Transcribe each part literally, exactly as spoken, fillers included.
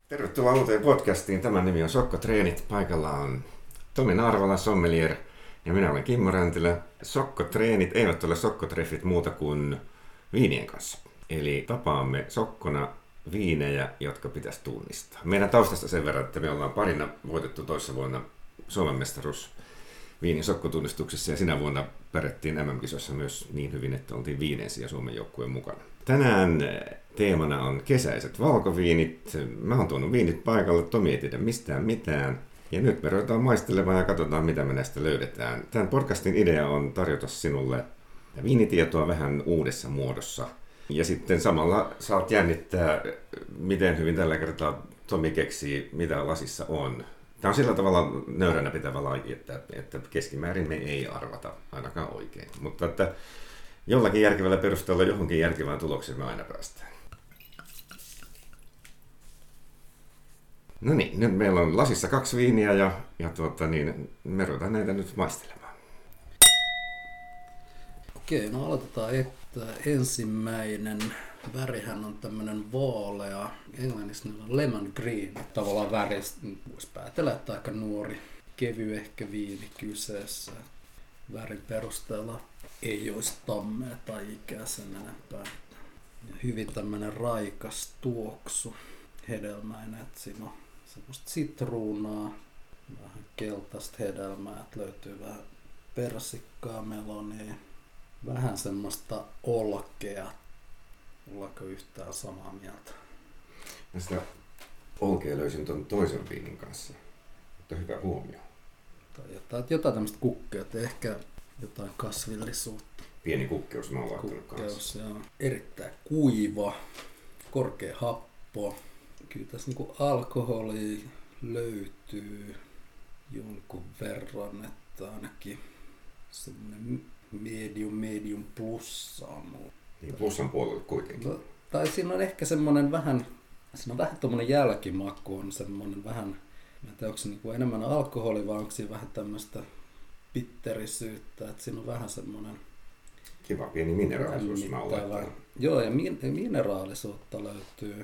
Tervetuloa uuteen podcastiin. Tämän nimi on Sokkotreenit. Paikalla on Tomi Naarvala, sommelier, ja minä olen Kimmo Räntilä. Sokkotreenit eivät ole sokkotreffit muuta kuin viinien kanssa. Eli tapaamme sokkona viinejä, jotka pitäisi tunnistaa. Meidän taustasta sen verran, että me ollaan parina voitettu toissa vuonna Suomen mestaruus viinin sokkotunnistuksessa, ja sinä vuonna pärjättiin M M-kisoissa myös niin hyvin, että oltiin viineensiä Suomen joukkueen mukana. Tänään teemana on kesäiset valkoviinit. Mä oon tuonut viinit paikalle, Tomi ei tiedä mistään mitään. Ja nyt me ruvetaan maistelemaan ja katsotaan, mitä me näistä löydetään. Tämän podcastin idea on tarjota sinulle viinitietoa vähän uudessa muodossa. Ja sitten samalla saat jännittää, miten hyvin tällä kertaa Tomi keksii, mitä lasissa on. Tämä on sillä tavalla nöyränä pitävä laji, että, että keskimäärin me ei arvata ainakaan oikein. Mutta että jollakin järkevällä perusteella johonkin järkevään tulokseen me aina päästään. No niin, nyt meillä on lasissa kaksi viiniä ja, ja tuota, niin, me ruvetaan näitä nyt maistelemaan. Okei, no aloitetaan, että ensimmäinen värihän on tämmönen vaalea, englanniksi on lemon green. Tavallaan väristä voisi päätellä, että aika nuori, kevyehkö viini kyseessä. Värin perusteella ei olisi tammea tai ikää sen enempää. Ja hyvin tämmönen raikas tuoksu, hedelmäinen, että siinä on semmoista sitruunaa, vähän keltaista hedelmää, että löytyy vähän persikkaa, melonia, vähän semmoista olkea. Ollaanko yhtään samaa mieltä? Mä sitä olkea löysin tuon toisen viinin kanssa, mutta hyvä huomio. Tai jotain, jotain tämmöistä kukkeutta, ehkä jotain kasvillisuutta. Pieni kukkeus mä oon laittanut kanssa. Joo. Erittäin kuiva, korkea happo. Kyllä tässä niinku alkoholia löytyy jonkun verran, että ainakin semmoinen medium, medium plussa on mulla. Niin plussan puolella kuitenkin. No, tai siinä on ehkä semmoinen vähän, siinä on vähän tommonen jälkimaku, on semmoinen vähän, mä en tiedä, onko se niinku enemmän alkoholi vai onko siinä vähän tämmöistä bitterisyyttä, että siinä on vähän semmoinen kiva pieni mineraalisuus mä oon laittanut. Joo, ja min- mineraalisuutta löytyy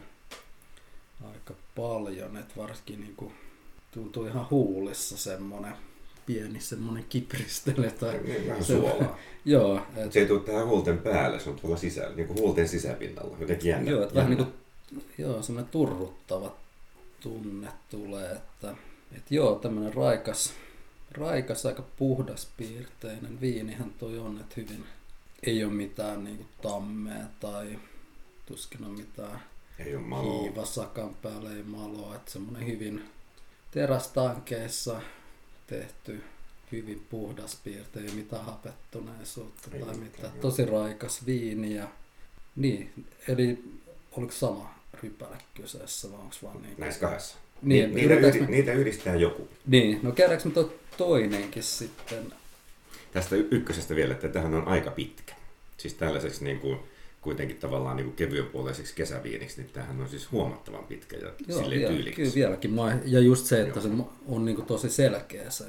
aika paljon, että varsinkin niinku tuntuu ihan huulissa semmoinen pieni semmoinen kipristely tai niin, vähän suolaa. Joo. Et se ei tule tähän huulten päälle, se on tuolla sisällä, niin kuin huulten sisäpinnalla, jotenkin jännä. Joo, että vähän niin kuin, joo, semmoinen turruttava tunne tulee, että, että joo, tämmöinen raikas, raikas, aika puhdaspiirteinen viinihän toi on, että hyvin ei ole mitään niin kuin tammea tai tuskin on mitään hiivasakan päälle, ei maloa, että semmoinen hyvin terästankeissa tehty, hyvin puhdaspiirteinen, mitä hapettuneisuutta tai ei, mitä. Ei, tosi raikas viini. Ja, niin, eli oliko sama rypäle kyseessä vai onko vaan niin? Näissä kahdessa. Niin, Ni, niitä, yhdi, me... niitä yhdistää joku. Niin, no käydäänkö me tuo toinenkin sitten? Tästä ykkösestä vielä, että tämähän on aika pitkä. Siis tällaiseksi niin kuin, kuitenkin tavallaan niin kuin kevyenpuoleiseksi kesäviiniksi, niin tämähän on siis huomattavan pitkä ja joo, silleen vielä, tyylikäs. Kyllä vieläkin. Ja just se, että joo. Se on niin kuin tosi selkeä se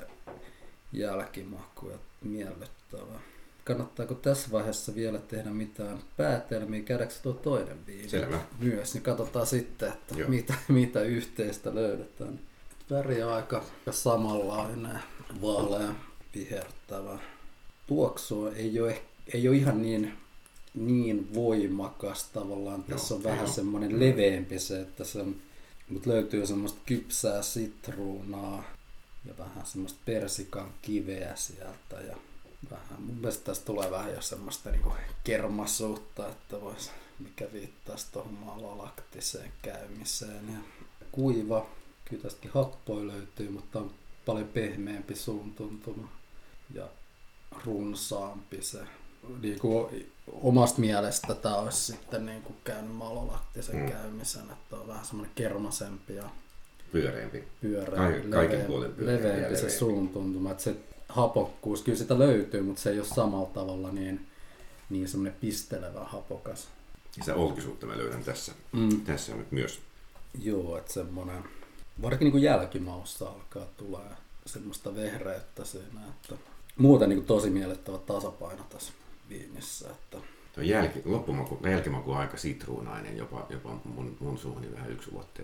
jälkimaku ja miellyttävä. Kannattaako tässä vaiheessa vielä tehdä mitään päätelmiä? Käydäänkö tuo toinen viini Selvä. Myös, niin katsotaan sitten, että mitä, mitä yhteistä löydetään. Väri on aika samanlainen, vaalea, vihertävä. Tuoksu ei ole, ei ole ihan niin, niin voimakas tavallaan. Tässä joo, on vähän joo. semmoinen leveämpi se, että se on, mutta löytyy semmoista kypsää sitruunaa ja vähän semmoista persikan kiveä sieltä. Ja vähän, mun mielestä tässä tulee vähän jo semmoista niinku kermasuutta, että vois, mikä viittaisi tuohon malolaktiseen käymiseen. Ja kuiva, kyllä tästäkin happoja löytyy, mutta on paljon pehmeämpi suun tuntuma ja runsaampi se. Niin kuin omasta mielestä tämä olisi sitten niin kuin käynyt malolaktisen mm. käymisen, että on vähän semmoinen kermasempi ja pyöreämpi, pyöreämpi, kaiken puolen pyöreämpi, leveämpi se suun tuntuma. Että se hapokkuus, kyllä sitä löytyy, mutta se ei ole samalla tavalla niin, niin semmoinen pistelevä hapokas. Ja se olkisuutta mä löydän tässä, mm. tässä nyt myös. Joo, että semmoinen, varsinkin niin kuin jälkimaussa alkaa tulla semmoista vehreyttä siinä, että muuten niin kuin tosi miellyttävä tasapaino tässä viinissä. Että tuo jälki, loppumaku, jälkimaku on aika sitruunainen, jopa, jopa mun, mun suuhuni vähän yksulotteinen.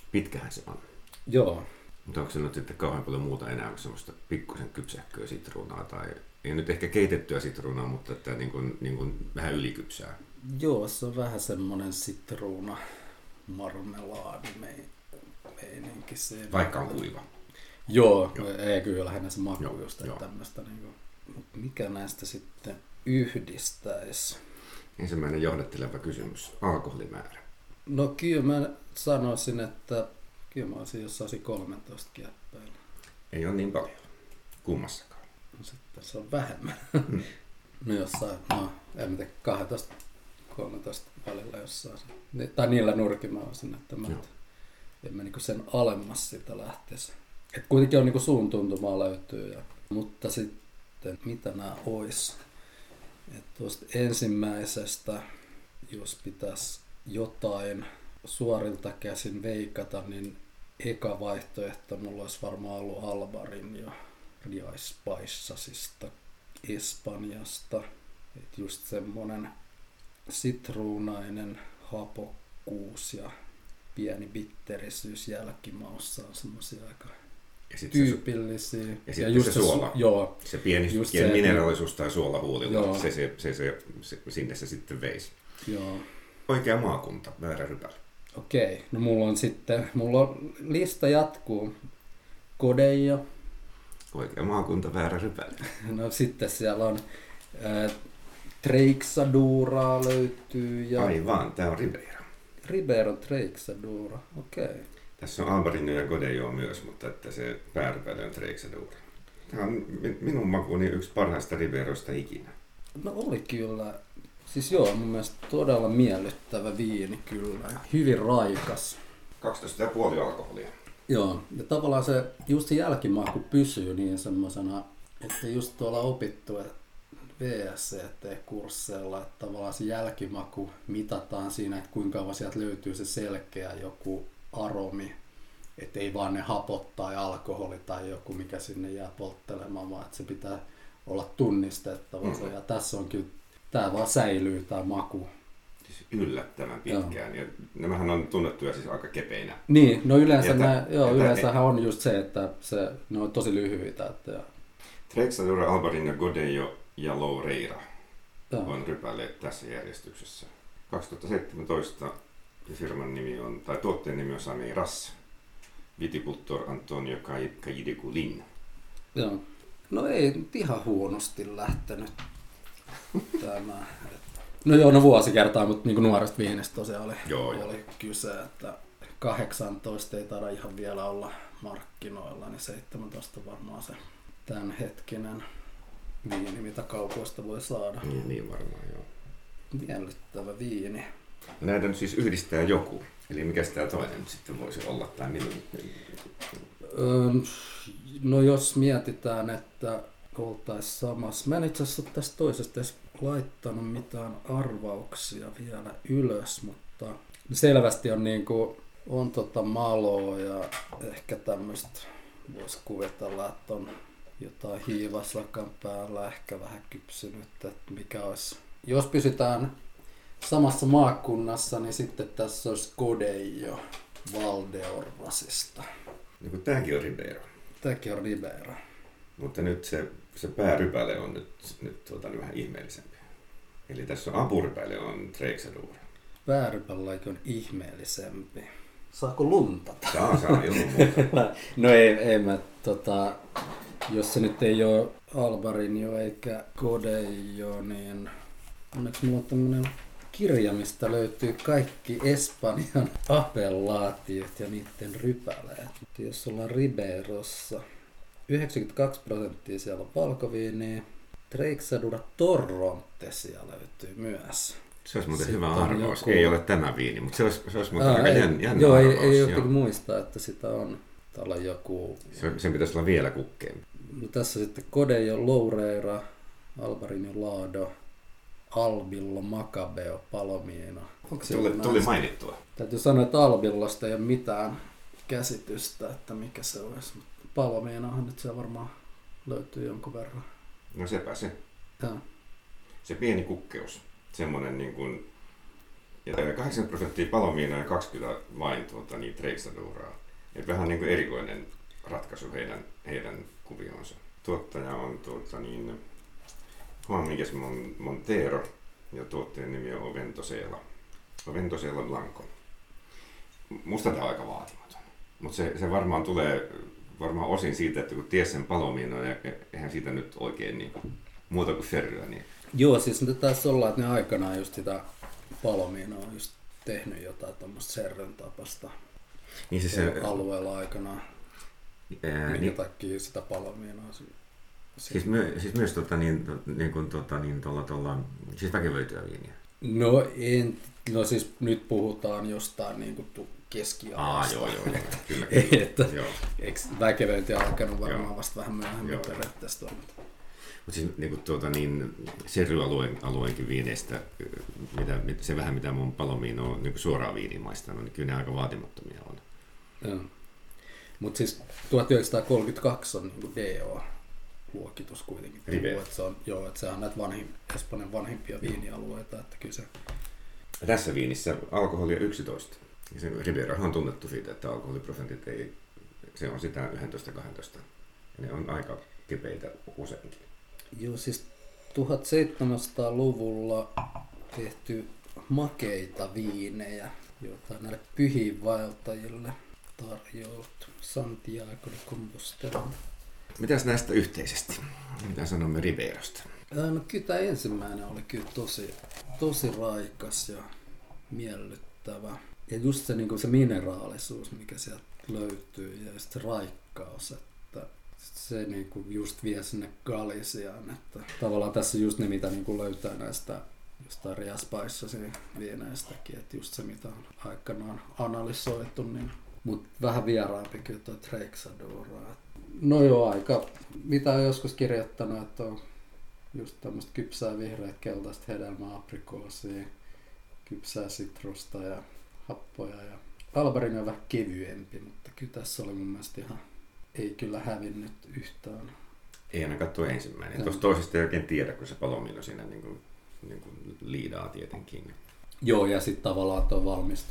Pitkähän se on. Joo. Mutta onko se nyt sitten kauhean paljon muuta enää kuin semmoista pikkusen kypsähköä sitruunaa tai ei nyt ehkä keitettyä sitruunaa, mutta että niin kuin, niin kuin vähän ylikypsää? Joo, se on vähän semmoinen sitruuna marmelaadi meininki. Se vaikka on kuiva. Joo, joo. Ei kyllä lähinnä se maku joo, just, että tämmöistä niin kuin, mikä näistä sitten yhdistäisi? Ensimmäinen johdatteleva kysymys, alkoholimäärä. No kyllä mä sanoisin, että kyllä mä olisin jossain kolmetoista kieppeillä. Ei ole niin paljon, kummassakaan. No sitten se on vähemmän. Mm. No jossain, no en tiedä, kaksitoista kolmetoista välillä jossain. Tai niillä nurkin mä olisin, että mä et, en mä niinku sen alemmas sitä lähtisi. Et kuitenkin on niinku suun tuntumaa löytyy. Ja, mutta sitten mitä nämä ois? Et tuosta ensimmäisestä, jos pitäisi jotain suorilta käsin veikata, niin eka vaihtoehto mulla olisi varmaan ollut Albarin ja Rice Paisasista Espanjasta. Et just semmonen sitruunainen hapokkuus ja pieni bitterisyys jälkimaussa on semmosia aika tyypillisiä. Se, ja sitten se suola, se, joo, se pieni, pieni se, mineraalisuus tai suolahuulilla, se, se, se, se, se, sinne se sitten veisi. Joo. Oikea maakunta, väärä rypäli. Okei, no mulla on sitten, mulla on lista jatkuu. Godello. Oikea maakunta, väärä rypäli. No sitten siellä on äh, Treixaduraa löytyy. Ja aivan, tää on Ribeira. Ribeiro Treixadura, okei. Okay. Tässä on Albarino ja Godello myös, mutta että se päärypäli on Treixadura. Tämä on minun makuuni yksi parhaista Ribeiroista ikinä. No oli kyllä. Siis joo, mun mielestä todella miellyttävä viini kyllä. Hyvin raikas. kaksitoista pilkku viisi alkoholia. Joo, ja tavallaan se, just se jälkimaku pysyy niin semmosena, että just tuolla opittu V S C T-kursseilla, että tavallaan se jälkimaku mitataan siinä, että kuinka kauan sieltä löytyy se selkeä joku aromi, että ei vaan ne hapot tai alkoholi tai joku, mikä sinne jää polttelemaan, vaan että se pitää olla tunnistettava. Mm. Ja tässä on kyllä, tää vaan säilyy tää maku. Siis yllättävän pitkään. Joo. Ja nämähän on tunnettuja siis aika kepeinä. Niin, no yleensä nää, joo, yleensähän on just se, että se, ne on tosi lyhyitä. Että ja... Treixadura, Albarino, Godello ja Loureira on rypäleet tässä järjestyksessä. kaksituhattaseitsemäntoista firman nimi on, tai tuotteen nimi on Sameiras. Viticultor Antonio Caidiculin. Joo. No ei ihan huonosti lähtenyt tämä. No joo, no vuosikertaa, mutta niin kuin nuoresta viinestä tosiaan oli, joo, oli joo. kyse, että kahdeksantoista ei taida ihan vielä olla markkinoilla, niin seitsemäntoista varmaan se tämänhetkinen viini, mitä kaupoista voi saada. Niin, niin varmaan, joo. Miellyttävä viini. Näitä nyt siis yhdistää joku. Eli mikä tämä toinen sitten voisi olla? Tai minun... öö, no jos mietitään, että oltaisiin samassa. Mä en itse asiassa ole tästä toisesta edes laittanut mitään arvauksia vielä ylös, mutta selvästi on, niin kuin, on tota maloa ja ehkä tämmöistä voisi kuvitella, että on jotain hiivaslakan päällä, ehkä vähän kypsynyt, että mikä olisi. Jos pysytään samassa maakunnassa, niin sitten tässä olisi Godello Valdeorrasista. Niin kuin tämäkin on Ribeiro. Tämäkin on Ribeiro. Mutta nyt se, se päärypäle on nyt, nyt tuota, vähän ihmeellisempi. Eli tässä on apurypäle on Treixadura. Päärypäle on ihmeellisempi. Saako luntata? Saa, saa ilman muuta. No ei, ei mä, tota, jos se nyt ei ole Albarino eikä Godello, niin onneksi mulla on tämmönen kirja, mistä löytyy kaikki Espanjan appellaatiot ja niiden rypäleet. Jos ollaan Ribeirossa, yhdeksänkymmentäkaksi prosenttia siellä on valkoviiniä. Treixadura Torrontesia löytyy myös. Se olisi muuten Sitten hyvä arvaus. Joku... Ei ole tämä viini, mutta se olisi, se olisi muuten Aa, aika ei, jännä, jännä joo, arvaus. Ei, ei ole muistaa, että sitä on. Täällä on joku... Se, sen pitäisi olla vielä kukkeempi. No, tässä sitten Godello, Loureira, Albarino, Lado, Albillo, Macabeo, Palomino. Tuli, tuli mainittua. Täytyy sanoa, että Albillosta ei ole mitään käsitystä, että mikä se olisi. Palominohan nyt se varmaan löytyy jonkun verran. No sepä se. Ja. Se pieni kukkeus. Semmoinen niin kuin Ja kahdeksankymmentä prosenttia Palomiinoa ja kaksikymmentä vain tuota, niin Treixadoraa. Et vähän niin kuin erikoinen ratkaisu heidän, heidän kuvioonsa. Tuottaja on tuota, niin, Juan Miguel Montero ja tuotteen nimi on Oventosela. Oventosela Blanco. Musta tämä on aika vaatimaton, mutta se, se varmaan tulee varmaan osin siitä, että kun ties sen Palomiinoa, ja eihän siitä nyt oikein niin kuin, muuta kuin sherryä. Niin... Joo, siis nyt taisi olla, että ne aikanaan just sitä Palomiinoa on just tehnyt jotain tuommoista sherryn tapasta niin siis se, alueella aikanaan. Ää, minkä niin, takia sitä Palomiinoa? Siis, my, siis myös tota, niin, niin kuin, tota, niin, tolla, tolla, siis väkevöityä viiniä. No, en, no siis nyt puhutaan jostain niin kuin keskiajasta. Ah, joo, joo, joo, kyllä. kyllä. että, eikö väkevöinti alkanut varmaan joo. vasta vähän myöhemmin joo. periaatteessa. Mutta siis niin kuin, tuota, niin, sherry-alueen alueenkin viineistä, mitä, se vähän mitä mun Palomino on niin suoraan viiniin maistanut, niin kyllä ne aika vaatimattomia on. Joo. Mutta siis tuhatyhdeksänsataakolmekymmentäkaksi on niin D O-luokitus kuitenkin. Että se on, joo, että se on näitä vanhin, Espanjan vanhimpia viinialueita. Että kyllä se... Tässä viinissä alkoholia yksitoista. Ja se Riberahan on tunnettu siitä, että alkoholiprosentit ei, se on sitä yksitoista kaksitoista. Ja ne on aika kipeitä useinkin. Joo, siis tuhatseitsemänsataaluvulla tehty makeita viinejä, joita näille pyhiinvaeltajille tarjoiltu. Santiago de Compostela. Mitäs näistä yhteisesti? Mitä sanomme Riberasta? No kyllä tämä ensimmäinen oli kyllä tosi, tosi raikas ja miellyttävä. Ja just se, niin se mineraalisuus, mikä sieltä löytyy ja se raikkaus, että se niin kuin just vie sinne Galiciaan. Että tavallaan tässä just ne, mitä niin kuin löytää näistä jostain Rías Baixasin viineistäkin, että just se, mitä on aikanaan analysoitu, niin, mutta vähän vieraampi kyllä tuo Treixadora. No joo, aika, mitä on joskus kirjoittanut, että on just tämmöistä kypsää vihreät keltaista hedelmää, aprikoosia, kypsää sitrusta ja happoja. Ja Albarin on vähän kevyempi, mutta kyllä tässä oli mun mielestä ihan, ei kyllä hävinnyt yhtään. Ei ainakaan tuo ensimmäinen. Tuosta toisesta ei oikein tiedä, kun se Palomino siinä niin kuin, niin kuin liidaa tietenkin. Joo, ja sitten tavallaan tuo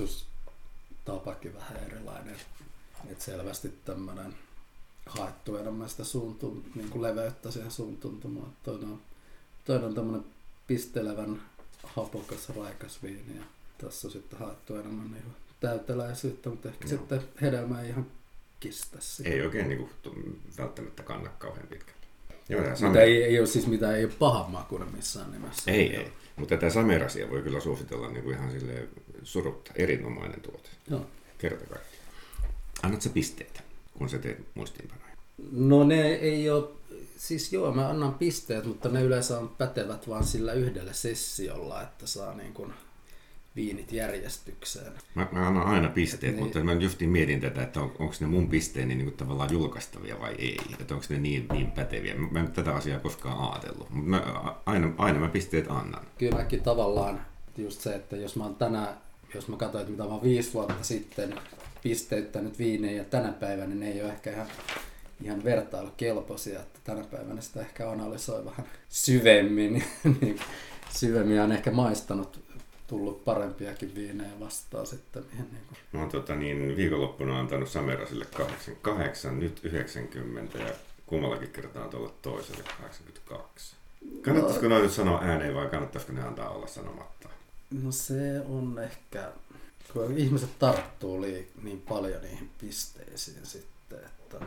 valmistustapakin vähän erilainen. Että selvästi tämmöinen haettu enemmän sitä suuntun, niin kuin leveyttä siihen suuntuntumaan. Toinen on, toinen on tämmöinen pistelevän hapokas raikas viini ja tässä on sitten haettu enemmän niin täyteläisyyttä, mutta ehkä joo. sitten hedelmä ei ihan kestä sitä. Ei oikein niin kuin, välttämättä kanna kauhean pitkälle. Joo, mutta Samer... ei, ei ole siis mitään, ei ole pahan makuinen missään nimessä. Ei, ei. Mutta tätä Samerasia voi kyllä suositella niin kuin ihan silleen surutta. Erinomainen tuote. Joo. Kerta kaikkiaan. Annat sä pisteitä, kun sä teet muistiinpanoja? No ne ei ole, siis joo, mä annan pisteet, mutta ne yleensä on pätevät vaan sillä yhdellä sessiolla, että saa niin kuin viinit järjestykseen. Mä, mä annan aina pisteet, niin, mutta mä justiin mietin tätä, että on, onko ne mun pisteeni niin kuin tavallaan julkaistavia vai ei. Että onko ne niin, niin päteviä. Mä en nyt tätä asiaa koskaan ajatellut, mutta mä, aina, aina mä pisteet annan. Kyllä mäkin tavallaan just se, että jos mä oon tänään, jos mä katsoin, että mitä mä oon viisi vuotta sitten pisteyttänyt viinejä ja tänä päivänä, niin ne ei ole ehkä ihan, ihan vertailukelpoisia. Että tänä päivänä sitä ehkä analysoi vähän syvemmin. niin syvemmin on ehkä maistanut, tullut parempiakin viinejä vastaan sitten. Niin kuin. Mä oon tota, niin, viikonloppuna antanut Samerasille kahdeksankymmentäkahdeksan, nyt yhdeksänkymmentä ja kummallakin kertaa tuolle toiselle kahdeksankymmentäkaksi. Kannattaisiko no, noin nyt sanoa ääneen vai kannattaisiko ne antaa olla sanomatta? No se on ehkä, kun ihmiset tarttuu niin paljon niihin pisteisiin sitten, että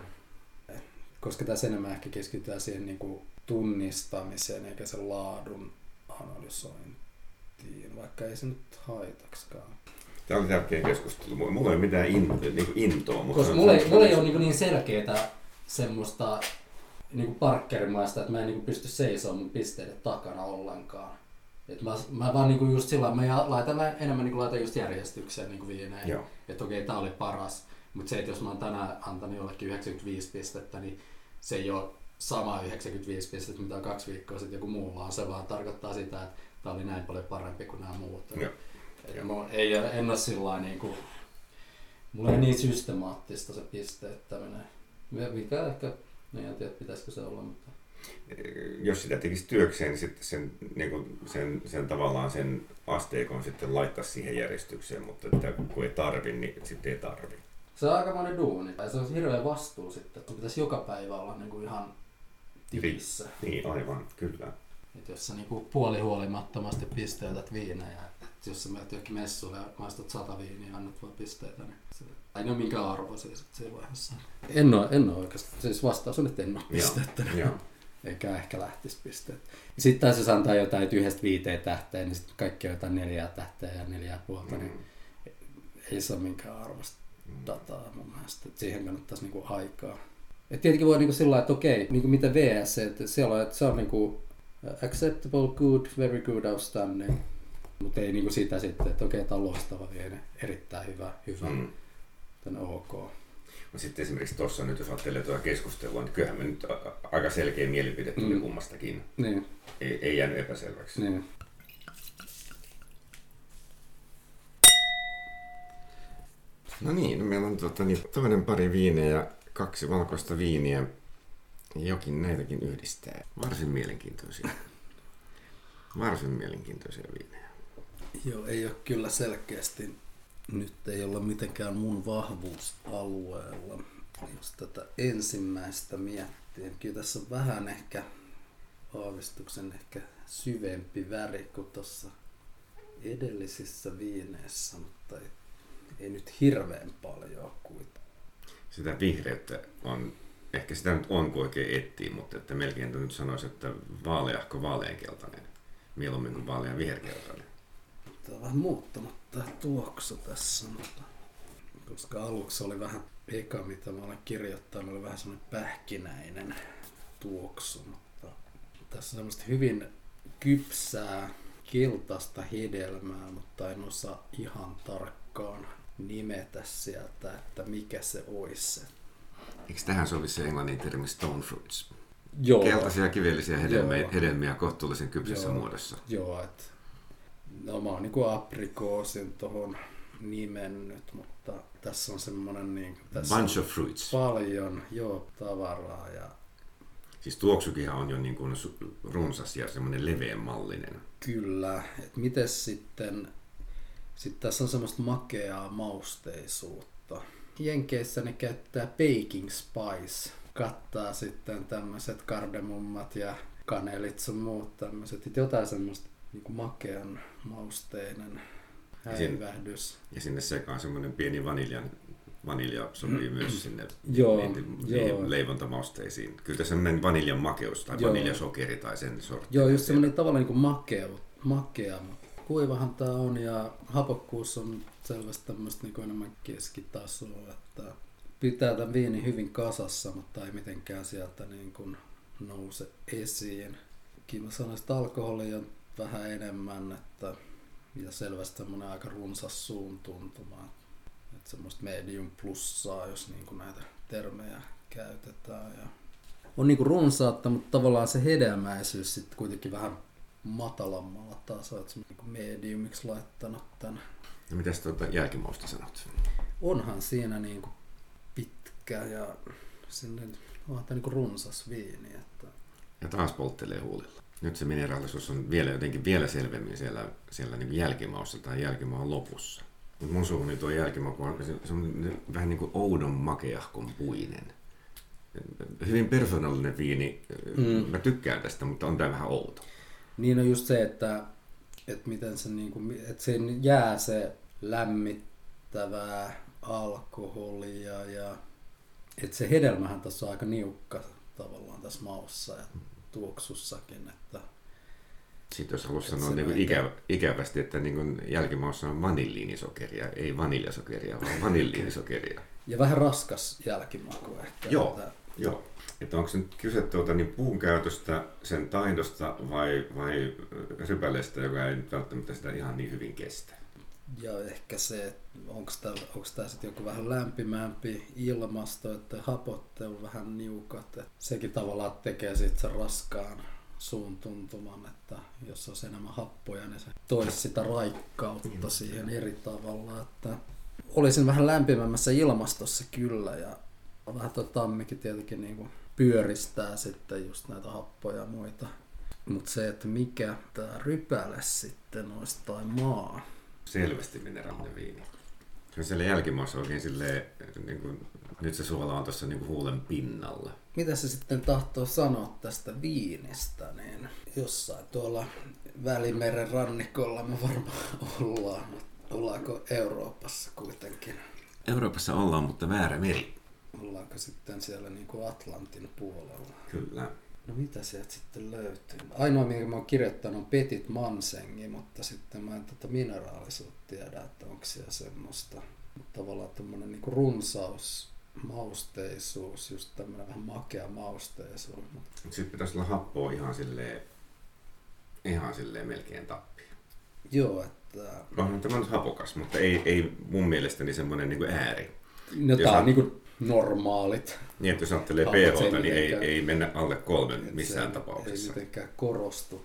koska tässä enemmän ehkä keskitytään siihen niin kuin tunnistamiseen eikä sen laadun analysointiin, vaikka ei se nyt haitaksikaan. Tämä oli tärkeä keskustelu. Mulla ei ole mitään in, niin kuin intoa. Mutta koska mulla ei, mulla ei ole niin, niin selkeää semmoista niin parkkerimaista, että mä en niin pysty seisomaan mun pisteiden takana ollenkaan. Et mä, mä vaan niin just sillä mä laitan enemmän niin laitan just järjestykseen niin viineen. Että okei, tää oli paras. Mutta se, että jos mä oon tänään antanut jollekin yhdeksänkymmentäviisi pistettä, niin se ei ole sama yhdeksänkymmentäviisi pistettä, mitä on kaksi viikkoa sitten joku muulla on. Se vaan tarkoittaa sitä, että tää oli näin paljon parempi kuin nämä muut. Ja. Ja mä ei, en ole sillä niin kuin, mulla ei niin systemaattista se pisteyttäminen. Mikä ehkä, en tiedä pitäisikö se olla, mutta... Jos sitä tekisi työkseen, niin sitten sen, niin kuin sen, sen tavallaan sen asteikon sitten laittaa siihen järjestykseen, mutta että kun ei tarvi, niin sitten ei tarvi. Se on aikamoinen duuni. Se on hirveä vastuu sitten, että pitäisi joka päivä olla niin kuin ihan tikissä. Niin, aivan, kyllä. Et jos sä niinku puolihuolimattomasti pisteytät viinejä, että jos sä menet johonkin messuille ja maistat sata viiniä ja annat vaan pisteitä, niin se ei ole minkään arvoisia sitten siinä vaiheessa. En ole, en ole oikeasti. Siis vastaus on, että en ole pisteyttänyt. Eikä ehkä lähtisi pisteet. Sitten taas jos antaa jotain yhdestä viiteen tähteen, niin sitten kaikki on jotain neljää tähteä ja neljää puolta, mm. niin ei se ole minkään arvosta dataa mun mielestä. Et siihen kannattaisi niinku aikaa. Et tietenkin voi niinku sillä lailla, että okei, niinku mitä V S, että siellä on, että se on niinku acceptable, good, very good, outstanding. Mutta ei niinku sitä sitten, että okei, tämä on loistava viini, erittäin hyvä, hyvä, mm. tämän ok. No sitten esimerkiksi tuossa nyt, jos ajattelee tuota keskustelua, niin kyllähän me nyt aika selkeä mielipide tuli mm. kummastakin. Niin. Ei, ei jäänyt epäselväksi. Niin. No niin, no meillä on tuota, niin, toinen pari viinejä ja kaksi valkoista viiniä. Jokin näitäkin yhdistää. Varsin mielenkiintoisia. Varsin mielenkiintoisia viinejä. Joo, ei ole kyllä selkeästi. Nyt ei olla mitenkään mun vahvuusalueella. Jos tätä ensimmäistä miettii, niin kyllä tässä on vähän ehkä aavistuksen ehkä syvempi väri kuin tuossa edellisissä viineissä, mutta ei, ei nyt hirveän paljon kuitenkaan. Sitä vihreyttä on, ehkä sitä nyt on kun oikein etsii, mutta että melkein nyt sanoisi, että vaaleahko vaaleankeltainen, mieluummin kuin vaalean viherkeltainen. Tämä on vähän muuttunut tämä tuoksu tässä, mutta koska aluksi oli vähän eka, mitä mä olen kirjoittanut, oli vähän semmoinen pähkinäinen tuoksu, mutta tässä on semmoista hyvin kypsää, keltaista hedelmää, mutta en osaa ihan tarkkaan nimetä sieltä, että mikä se olisi. Eikö tähän sovi se englannin termi stone fruits? Joo. Keltaisia kivellisiä hedelmiä, hedelmiä kohtuullisen kypsässä Joo. muodossa. Joo, että no mä oon niinku aprikoosin tohon nimennyt, mutta tässä on semmonen niin tässä bunch of fruits. Paljon, joo, tavaraa ja siis tuoksukinhan on jo niin kuin runsas ja semmoinen leveämallinen. Kyllä, että mites sitten, sitten tässä on semmoista makeaa mausteisuutta. Jenkeissä ne käyttää baking spice, kattaa sitten tämmöiset kardemummat ja kanelit sun muut tämmöiset, että jotain semmoista niin kuin makean mausteinen häivähdys. Ja sinne sekaan semmoinen pieni vaniljan, vanilja sopii mm. myös sinne joo, niihin, niihin leivontamausteisiin. Kyllä tässä on vaniljan makeus tai joo. vaniljasokeri tai sen sortti. Joo, just semmoinen tavallaan niin kuin makeu, makea, mutta kuivahan tää on ja hapokkuus on selvästi tämmöistä niin kuin enemmän keskitasoa, että pitää tämän viinin hyvin kasassa, mutta ei mitenkään sieltä niin kuin nouse esiin. Mä sanoisin, että alkoholia on vähän enemmän, että ja selvästi semmoinen aika runsas suun tuntuma. Että semmoista medium plussaa, jos niinku näitä termejä käytetään. Ja on niinku runsaatta, mutta tavallaan se hedelmäisyys sitten kuitenkin vähän matalammalla tasolla. Että niinku mediumiksi laittanut tän. No mitäs tuota jälkimausta sanot? Onhan siinä niinku pitkä ja sinne onhan tää niinku runsas viini. Että ja taas polttelee huulilla. Nyt se mineraalisuus on vielä jotenkin vielä selvemmin siellä, siellä niin jälkimaussa tai jälkimaun lopussa. Mutta mun suuhun tuo jälkimaun se on vähän niin kuin oudon makeahkon puinen. Hyvin persoonallinen viini. Mm. Mä tykkään tästä, mutta on tää vähän outo. Niin on just se, että, että miten se, niin kuin, että se jää se lämmittävää alkoholia ja että se hedelmähän tässä on aika niukka tavallaan tässä maussa ja tuoksussakin. Että sitten jos haluaisi sanoa niin ikävä, ikävästi, että niin jälkimaussa on vanilliinisokeria, ei vaniljasokeria, vaan vanilliinisokeria. Ja vähän raskas jälkimaku ehkä. Joo, että joo. Että onko se nyt kyse tuota, niin puun käytöstä, sen taidosta vai, vai rypäleestä, joka ei nyt välttämättä sitä ihan niin hyvin kestä? Ja ehkä se, että onko tämä sitten joku vähän lämpimämpi ilmasto, että hapottelu vähän niukat. Että sekin tavallaan tekee sitten sen raskaan suun tuntuman, että jos olisi enemmän happoja, niin se toisi sitä raikkautta siihen eri tavalla. Että olisin vähän lämpimämmässä ilmastossa kyllä ja Vähän tuo tammikin tietenkin niin kuin pyöristää sitten just näitä happoja ja muita. Mutta se, että mikä tämä rypäle sitten olisi tai maa. Selvästi mineraalinen viini. Se on siellä jälkimmässä oikein silleen, niin kuin, nyt se suola on tuossa niin huulen pinnalla. Mitä se sitten tahtoo sanoa tästä viinistä, niin jossain tuolla Välimeren rannikolla me varmaan ollaan. Ollaanko Euroopassa kuitenkin? Euroopassa ollaan, mutta väärä meri. Ollaanko sitten siellä niin kuin Atlantin puolella? Kyllä. No mitä sieltä sitten löytyy? Ainoa, minkä mä oon kirjoittanut, on Petit Mansengi, mutta sitten mä en tätä mineraalisuutta tiedä, että onko siellä semmoista. Tavallaan tämmöinen niin kuin runsaus, mausteisuus, just tämmöinen vähän makea mausteisuus. Sitten pitäisi olla happoa ihan silleen, ihan silleen melkein tappi. Joo, että... Onhan tämä nyt hapokas, mutta ei, ei mun mielestäni semmoinen niin kuin ääri. No tää on niin kuin normaalit. Niin, että jos ajattelee pH:ta, niin ei, ei mennä alle kolmen missään se tapauksessa. Ei mitenkään korostu,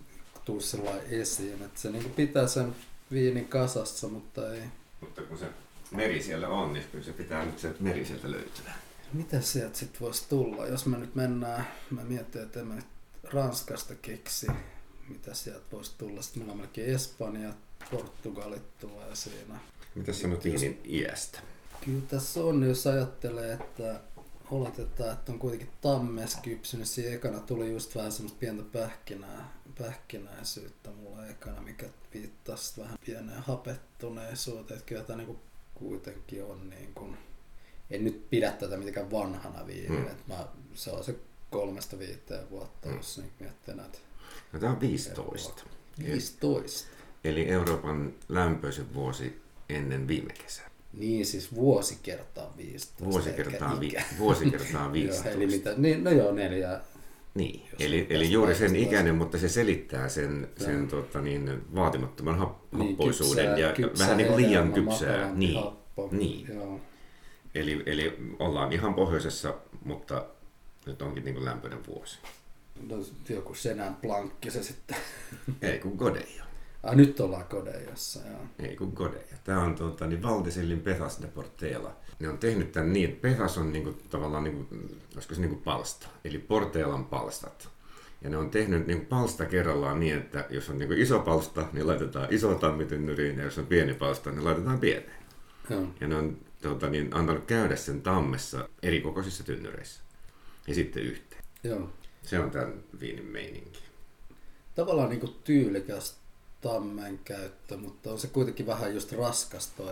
tuu sellainen esiin. Että se niin kuin pitää sen viinin kasassa, mutta ei... Mutta kun se meri siellä on, niin kyllä se pitää nyt se meri sieltä löytyä. Mitä sieltä sitten voisi tulla? Jos me nyt mennään, mä mietin, että mä nyt Ranskasta keksi, mitä sieltä voisi tulla. Sitten meillä on melkein Espanja, Portugalit tulee siinä. Mitä sanot viinin iästä? Kyllä tässä on, jos ajattelee, että oletetaan, että on kuitenkin tammes kypsynyt. Siinä ekana tuli just vähän semmoista pientä pähkinää, pähkinäisyyttä mulla ekana, mikä viittasi vähän pieneen hapettuneisuuteen. Että kyllä tämä niin kuitenkin on niin kuin, en nyt pidä tätä mitenkään vanhana viinin, mm. että mä, se on se kolmesta viiteen vuotta, mm. jos niin miettii näitä. No tämä on viisitoista. viisitoista. Eli Euroopan lämpöisin vuosi ennen viime kesää. Niin, siis vuosi kertaa viisitoista. Vuosi kertaa, vi- vuosi kertaa viisitoista. Joo, eli mitä, niin, no joo, neljä. Niin, eli, eli juuri sen ikäinen, mutta se selittää sen, sen tota, niin, vaatimattoman hap- niin, happoisuuden kypsää, ja kypsää vähän niin kuin liian kypsää. Niin, niin. Joo. Eli, eli ollaan ihan pohjoisessa, mutta nyt onkin niin kuin lämpöinen vuosi. No, joku Chenin Blancki se sitten. Ei kun Godeja. Ah, nyt ollaan Godejassa, joo. Ei kun Godeja. Tämä on tuota, niin Valdesellin Pezas de Portela. Ne on tehnyt tämän niin, että Pezas on niin kuin, tavallaan niin kuin, olisiko se niin kuin palsta, eli Portelan palstat. Ja ne on tehnyt niin kuin palsta kerrallaan niin, että jos on niin kuin iso palsta, niin laitetaan iso tammitynnyriin, ja jos on pieni palsta, niin laitetaan pieneen. Joo. Ja ne on tuota, niin, antanut käydä sen tammessa eri kokoisissa tynnyreissä. Ja sitten yhteen. Joo. Se on tämän viinin meininki. Tavallaan niin kuin tyylikäs tammen käyttö, mutta on se kuitenkin vähän just raskas toi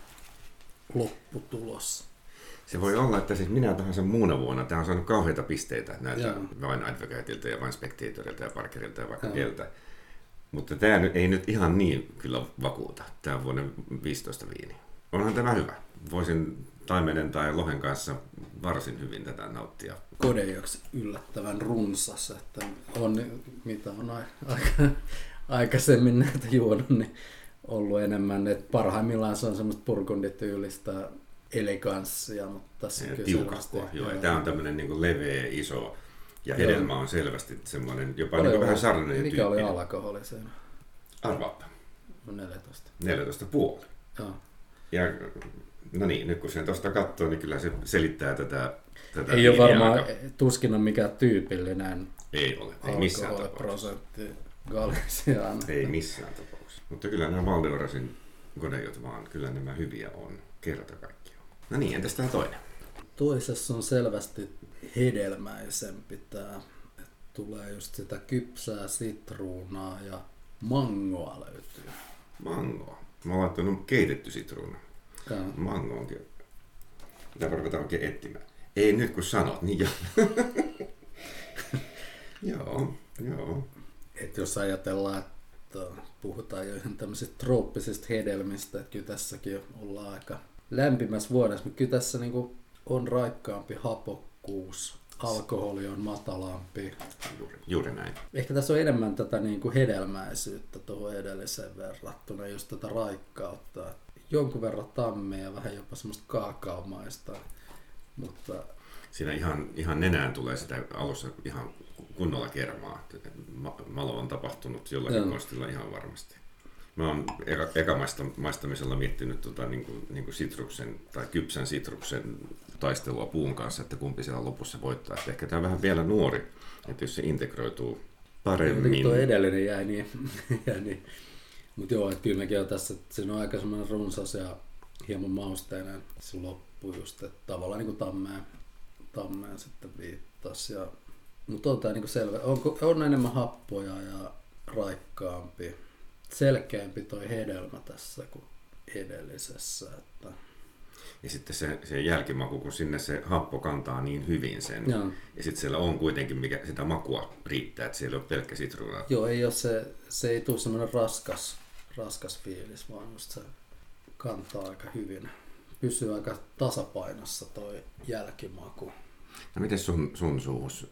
lopputulos. Se voi olla, että siis minä tahansa muuna vuonna, tämä on saanut kauheita pisteitä näiltä Joo. Wine Advocateilta ja Wine Spectatorilta ja Parkerilta ja vaikka Joo. keltä. Mutta tämä nyt, ei nyt ihan niin kyllä vakuuta, tämä on vuoden viisitoista viini. Onhan tämä hyvä. Voisin taimenen tai lohen kanssa varsin hyvin tätä nauttia. Godejaksi yllättävän runsas, että on, mitä on aika, aikaisemmin näitä juonut, niin ollut enemmän, että parhaimmillaan se on semmoista burgundityylistä eleganssia, mutta se kyllä tiukahkoa, joo. Tämä on tämmöinen niin kuin leveä, iso ja hedelmä on selvästi semmoinen jopa niin kuin vähän sarnainen tyyppinen. Mikä oli alkoholi siinä? Arvaappa. No neljätoista. neljätoista puoli. Joo. Ja no niin, nyt kun sen tuosta katsoo, niin kyllä se selittää tätä, tätä ei ole varmaan, aika... tuskin on mikään tyypillinen ei ole, ei missään tapauksessa. Galiciana. Ei missään tapauksessa. Mutta kyllä nämä Valdeorasin Godejot vaan, kyllä nämä hyviä on kerta kaikkiaan. No niin, entäs tämä toinen? Toisessa on selvästi hedelmäisempi tämä. Tulee just sitä kypsää sitruunaa ja mangoa löytyy. Mangoa? Mä oon laittanut keitetty sitruuna. Ja. Mango onkin. Pitää ruvetaan oikein etsimään. Ei nyt kun sanot, niin joo. joo, joo. Et jos ajatellaan, että puhutaan jo ihan tämmöisistä trooppisista hedelmistä, että kyllä tässäkin ollaan aika lämpimässä vuodessa, mutta kyllä tässä niinku on raikkaampi hapokkuus, alkoholi on matalampi. Juuri, juuri näin. Ehkä tässä on enemmän tätä niinku hedelmäisyyttä tuohon edelliseen verrattuna, just tätä raikkautta. Jonkun verran tammia ja vähän jopa semmoista kaakaomaista, mutta... Siinä ihan, ihan nenään tulee sitä alussa ihan kunnolla kermaa. Malo on tapahtunut jollakin konstilla ihan varmasti. Mä oon eka, eka maistamisella miettinyt tota, niin kuin, niin kuin sitruksen tai kypsän sitruksen taistelua puun kanssa, että kumpi siellä lopussa voittaa. Että ehkä tämä on vähän vielä nuori, että jos se integroituu paremmin. Tuo edellinen jäi niin. jäi niin. Mutta joo, että kyllä mekin on tässä, että siinä on aika semmoinen runsas ja hieman mausteinen se loppu just, että tavallaan niin kuin tammeen, tammeen sitten viittasi. Ja, mutta on tämä niin kuin selvä, on, on enemmän happoja ja raikkaampi, selkeämpi toi hedelmä tässä kuin edellisessä. Että. Ja sitten se, se jälkimaku, kun sinne se happo kantaa niin hyvin sen. Joo. Ja sitten siellä on kuitenkin, mikä sitä makua riittää, että siellä on pelkkä sitruuna. Joo, ei ole se, se ei tule semmoinen raskas, raskas fiilis, vaan just se kantaa aika hyvin. Pysyy aika tasapainossa toi jälkimaku. No miten sun, sun suus?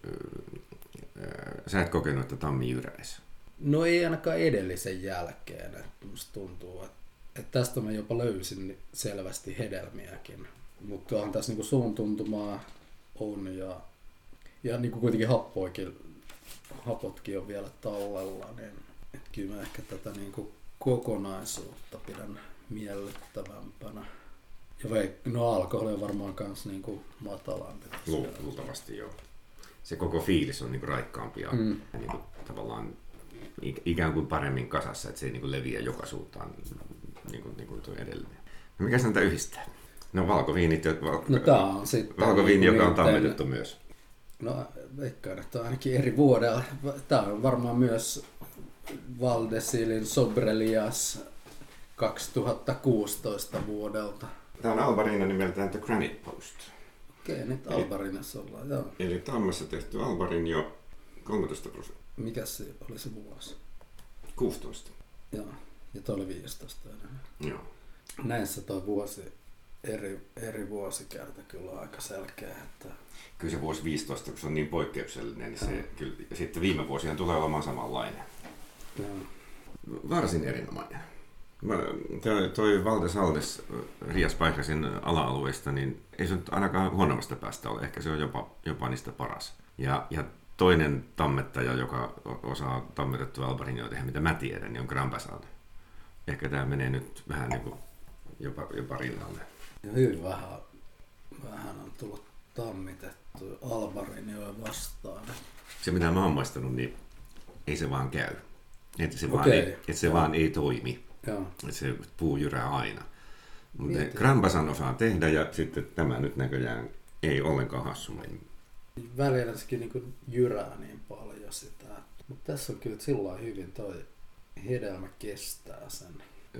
Sä et kokenut, että tammi jyräisi? No ei ainakaan edellisen jälkeen. Että musta tuntuu, että, että tästä mä jopa löysin selvästi hedelmiäkin. Mutta onhan tässä niinku suun tuntumaa on ja, ja niinku kuitenkin happoikin, hapotkin on vielä tallella. Niin, että kyllä mä ehkä tätä niinku kokonaisuutta pidän miellyttävämpänä. Ja veik- no alkoholi on varmaan kans niinku matalampi. Luultavasti joo. Se koko fiilis on niinku raikkaampi ja, mm. ja niinku tavallaan ikään kuin paremmin kasassa, että se ei niinku leviä joka suuntaan niin kuin, niin kuin tuo edellinen. No mikä näitä yhdistää? No valkoviinit, val... no, tää on sitten valkoviini, joka on tammetettu myös. No veikkaan, että on ainakin eri vuodella. Tää on varmaan myös Valdesilin Sobrelias kaksituhattakuusitoista vuodelta. Tämä on Albarino nimeltään The Granite Post. Okei, nyt Albarinassa ollaan, joo. Eli tammessa tehty Albarino kolmetoista prosenttia. Mikäs se oli se vuosi? kuusitoista. Joo, ja toi oli viisitoista enemmän. Joo. Näissä toi vuosi, eri, eri vuosikerta kyllä on aika selkeä. Että. Kyllä se vuosi viisitoista, kun se on niin poikkeuksellinen, niin se, kyllä, ja sitten viime vuosina tulee olemaan samanlainen. Joo. Varsin erinomainen. Toi, toi Valdes Aldes Rias Paikasin ala-alueesta, niin ei se nyt ainakaan huonommasta päästä ole. Ehkä se on jopa, jopa niistä paras. Ja, ja toinen tammettaja, joka osaa tammetettua Albarinoa tehdä, mitä mä tiedän, niin on Grand Bassal. Ehkä tämä menee nyt vähän niin kuin jopa, jopa rinnalle. Ja hyvin vähän, vähän on tullut tammitettu Albarinoa vastaan. Se mitä mä oon maistanut, niin ei se vaan käy. Että se, Okei. vaan, ei, että se vaan ei toimi. Joo. Että se puu jyrää aina. Mutta Grand Bassan osaa tehdä ja sitten tämä nyt näköjään ei ollenkaan hassumainen. Välillä sekin niin jyrää niin paljon sitä. Mutta tässä on kyllä sillä lailla hyvin toi hedelmä kestää sen.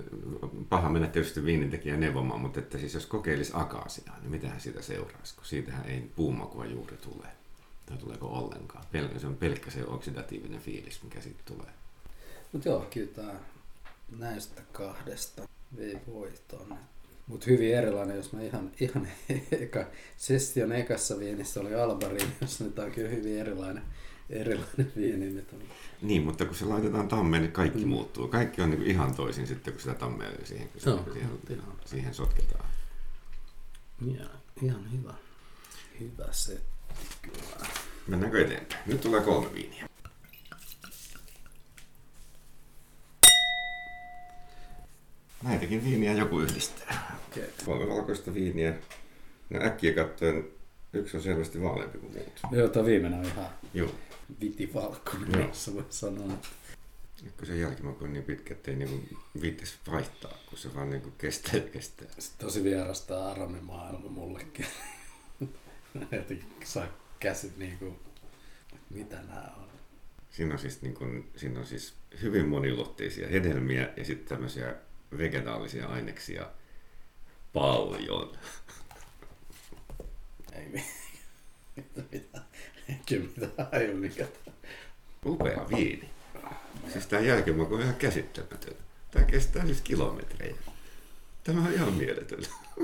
Paha mennä tietysti viinintekijän neuvomaan, mutta että siis jos kokeilisi akaasiaa, niin mitähän siitä seuraisi, kun siitähän ei puumakua juuri tule. Tai tuleeko ollenkaan. Pel- se on pelkkä se oksidatiivinen fiilis, mikä siitä tulee. Mutta joo, kyllä tää näistä kahdesta vei voiton. Mutta hyvin erilainen, jos mä ihan, ihan eka, session ekassa viinissä oli Albarino, jos nyt on kyllä hyvin erilainen, erilainen viini. Mitä... Niin, mutta kun se laitetaan tammeen, niin kaikki mm. muuttuu. Kaikki on niin kuin ihan toisin sitten, kun sitä tammea siihen, kun no, siihen, siihen sotketaan. Ja, ihan hyvä. Hyvä setti kyllä. Mennäänkö eteenpäin? Nyt tulee kolme viiniä. Näitäkin viiniä joku yhdistää. Okay. Kolme valkoista viiniä. No äkkiä katsoen yksi on selvästi vaaleampi kuin muut. Joo, tuo viimeinen on ihan Joo. vitivalkoinen, jos voi sanoa. Kun se jälkimaku on niin pitkä, ettei niinku viittisi vaihtaa, kun se vaan niinku kestää ja kestää. Sitten tosi vierasta aramimaailma mullekin. Jotenkin saa käsit niinku, mitä nää on. Siinä on siis, niinku, siinä on siis hyvin moniulotteisia hedelmiä ja sitten tämmöisiä vegetaalisia aineksia paljon. Ei mitään. Mitä? Eikä mitään. Ei ole mikään. Upea viini. Siis tää jälkimaku on ihan käsittämätön. Tää kestää siis kilometrejä. Tämä on ihan mieletön.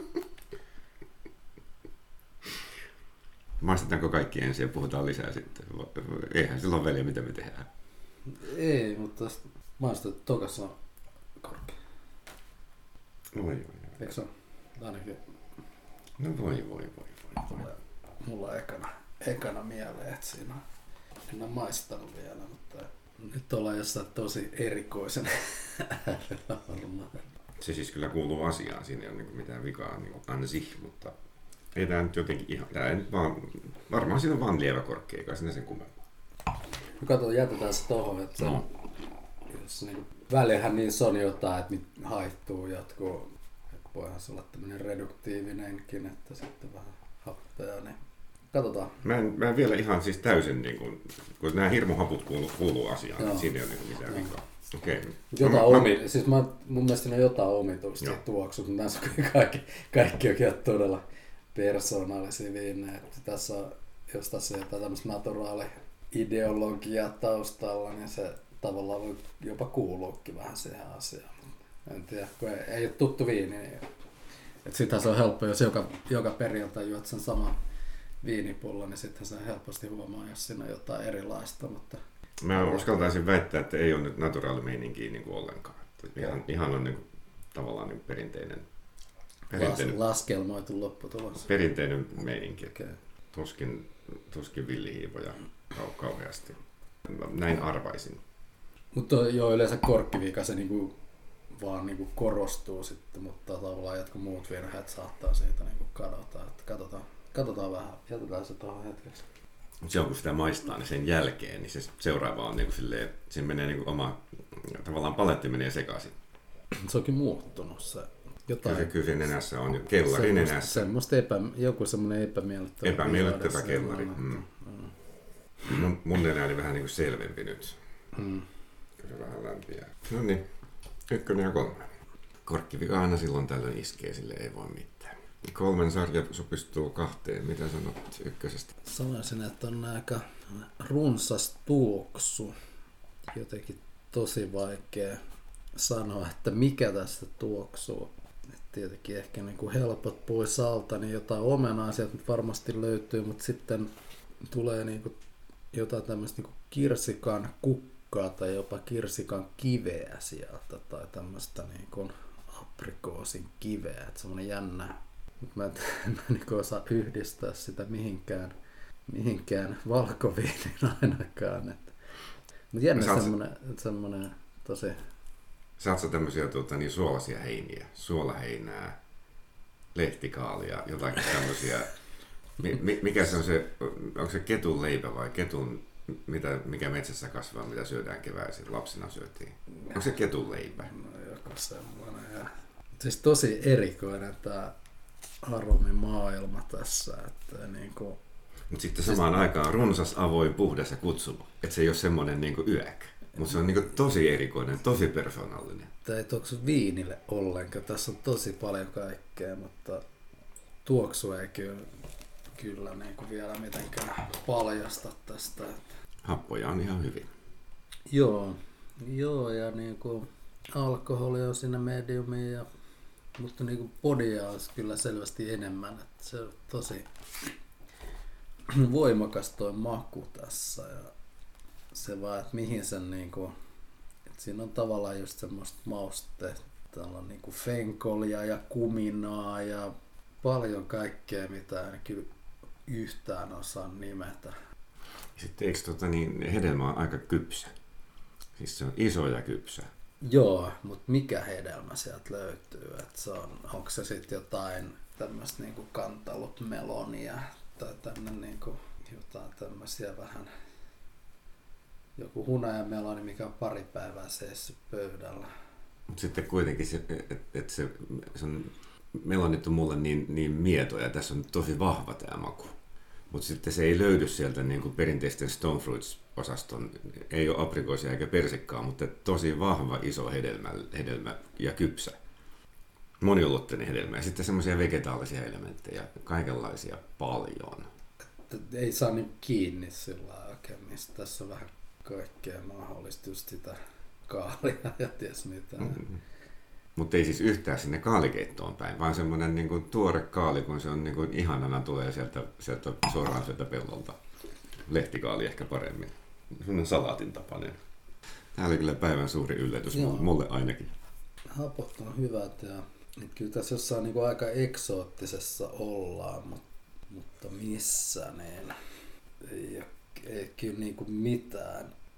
Maistetaanko kaikki ensin ja puhutaan lisää sitten? Eihän sillä ole väliä, mitä me tehdään. Ei, mutta maistetaan tokassa on korkea. Voi voi. Eikö se ole? Ainakin. No voi voi voi voi. Mulla, mulla ekana, ekana mieleen, että siinä on, en ole maistanut vielä, mutta Nyt ollaan jossain tosi erikoisen varmaan. Se siis kyllä kuuluu asiaan, siinä ei ole niin mitään vikaa niin an sich, mutta ei tämä nyt jotenkin ihan, tämä ei nyt vaan, varmaan siinä on vaan lievä korkki, eikä sinne sen kummempaa. No kato, jätetään se tohon, että se, no. Jos niin välihän niissä on jotain, että mit haittuu jatkuu, että voihan se olla tämmöinen reduktiivinenkin, että sitten vähän happea, niin katsotaan. Mä en, mä en vielä ihan siis täysin, niin kuin, kun nämä hirmuhaput kuuluu, kuuluu asiaan, niin siinä ei ole niin mitään vikaa. Okay. Jotain mä, omi, mä... siis mä, mun mielestä ne on jotain omituista tuoksut, mutta näissä on kaikki, kaikki on todella persoonallisia viinejä. Tässä on, jos tässä on jotain tämmöistä naturaali-ideologiaa taustalla, niin se tavallaan voi jopa kuuluukin vähän siihen asiaan. En tiedä, kun ei, ei ole tuttu viini. Niin... Sittenhän se on helppo, jos joka, joka perjantai juot sen saman viinipullon, niin sittenhän se helposti huomaa, jos siinä on jotain erilaista. Mutta... Mä uskaltaisin väittää, että ei ole nyt naturaalimeininkiä niin kuin ollenkaan. Ihan, ihan on niin kuin, tavallaan niin perinteinen, perinteinen laskelmoitu lopputulos. Perinteinen meininki. Okay. Tuskin, tuskin villihiivoja kauheasti. Näin arvaisin. Mutta joo, yleensä korkkivika se niinku vaan niinku korostuu sitten, mutta tavallaan jotkut muut virheet saattaa siitä niinku kadota. Että katsotaan, katsotaan vähän, jätetään se tuohon hetkeksi. Se on, kun sitä maistaa, niin sen jälkeen, niin se seuraava on niin kuin silleen, siinä menee niin kuin oma, tavallaan paletti menee sekaisin. Se onkin muuttunut se. Jotain. Kyllä, kyllä se nenässä on, kellari nenässä. Semmoista epä, joku semmoinen epämiellyttävä. Epämiellyttävä kellari. Mm. Mm. Mun nenä oli vähän niin kuin selvempi nyt. Mm. Kyllä se vähän lämpiää. No niin, ykkönen ja kolme. Korkkivika aina silloin tällöin iskee, sille ei voi mitään. Kolmen sarja supistuu kahteen. Mitä sanot ykkösestä? Sanoisin, että on aika runsas tuoksu. Jotenkin tosi vaikea sanoa, että mikä tästä tuoksuu. Et tietenkin ehkä niin kuin helpot pois alta, niin jotain omenaa sieltä varmasti löytyy, mutta sitten tulee niin kuin jotain tämmöistä niin kuin kirsikan kukkaa tai jopa kirsikan kiveä sieltä tai tämmöistä niin kuin aprikoosin kiveä. Että semmoinen jännä. Mä en, mä en niin osaa yhdistää sitä mihinkään, mihinkään valkoviiniin ainakaan. Mutta jännä semmoinen, semmoinen tosi... Saat sä tämmöisiä tuota, niin suolaisia heiniä, suolaheinää, lehtikaalia, jotakin tämmöisiä. Mi, mikä se on se, onko se ketun leipä vai ketun, mitä, mikä metsässä kasvaa, mitä syödään keväisin, lapsina syötiin? Onko se ketun leipä? No joku semmoinen. Ja... Siis tosi erikoinen tämä aromimaailma tässä. Että niinku... Mutta sitten samaan siis... aikaan runsas, avoin, puhdas ja kutsuva. Että se ei ole semmoinen niinku yäk. Mutta se on niinku tosi erikoinen, tosi persoonallinen. Tämä ei tuoksu viinille ollenkaan. Tässä on tosi paljon kaikkea, mutta tuoksu ei kyllä, kyllä niinku vielä mitenkään paljasta tästä. Happoja on ihan hyvin. Joo, joo ja niinku alkoholi on siinä mediumiin, ja, mutta niinku bodia on kyllä selvästi enemmän. Että se on tosi voimakas tuo maku tässä. Ja se vaan, että mihin sen niinku, että siinä on tavallaan just semmoista mauste, täällä on niinku fenkolia ja kuminaa ja paljon kaikkea, mitä en kyllä yhtään osaa nimetä. Sitten eikö tota niin, hedelmä on aika kypsä? Siis se on iso ja kypsä. Joo, mutta mikä hedelmä sieltä löytyy? Et se on, onko se sitten jotain tämmöistä niinku cantaloupe-melonia tai tämmöinen niinku jotain tämmöisiä vähän joku hunajameloni, mikä on pari päivää seissyt pöydällä. Mutta sitten kuitenkin se, että et se, se on melonit on mulle niin, niin mieto ja tässä on tosi vahva tämä maku. Mutta sitten se ei löydy sieltä niin kuin perinteisten stone fruits-osaston, ei ole aprikoosia eikä persikkaa, mutta tosi vahva iso hedelmä, hedelmä ja kypsä. Moniulotteinen hedelmä ja sitten semmoisia vegetaalisia elementtejä, kaikenlaisia paljon. Ei saa niin kiinni sillä oikein, mistä tässä on vähän kaikkea mahdollista, just sitä kaalia ja ties mitä. Mm-hmm. Mutta ei siis yhtään sinne kaalikeittoon päin, vaan semmoinen niinku tuore kaali, kun se on niinku ihanana tulee sieltä, sieltä suoraan sieltä pellolta. Lehtikaali ehkä paremmin. Semmoinen salaatin tapainen. Tämä oli kyllä päivän suuri yllätys, Joo. mulle ainakin. Hapot on hyvät ja kyllä tässä jossain niinku aika eksoottisessa ollaan, mutta, mutta missä niin ei, ei kyllä niinku mitään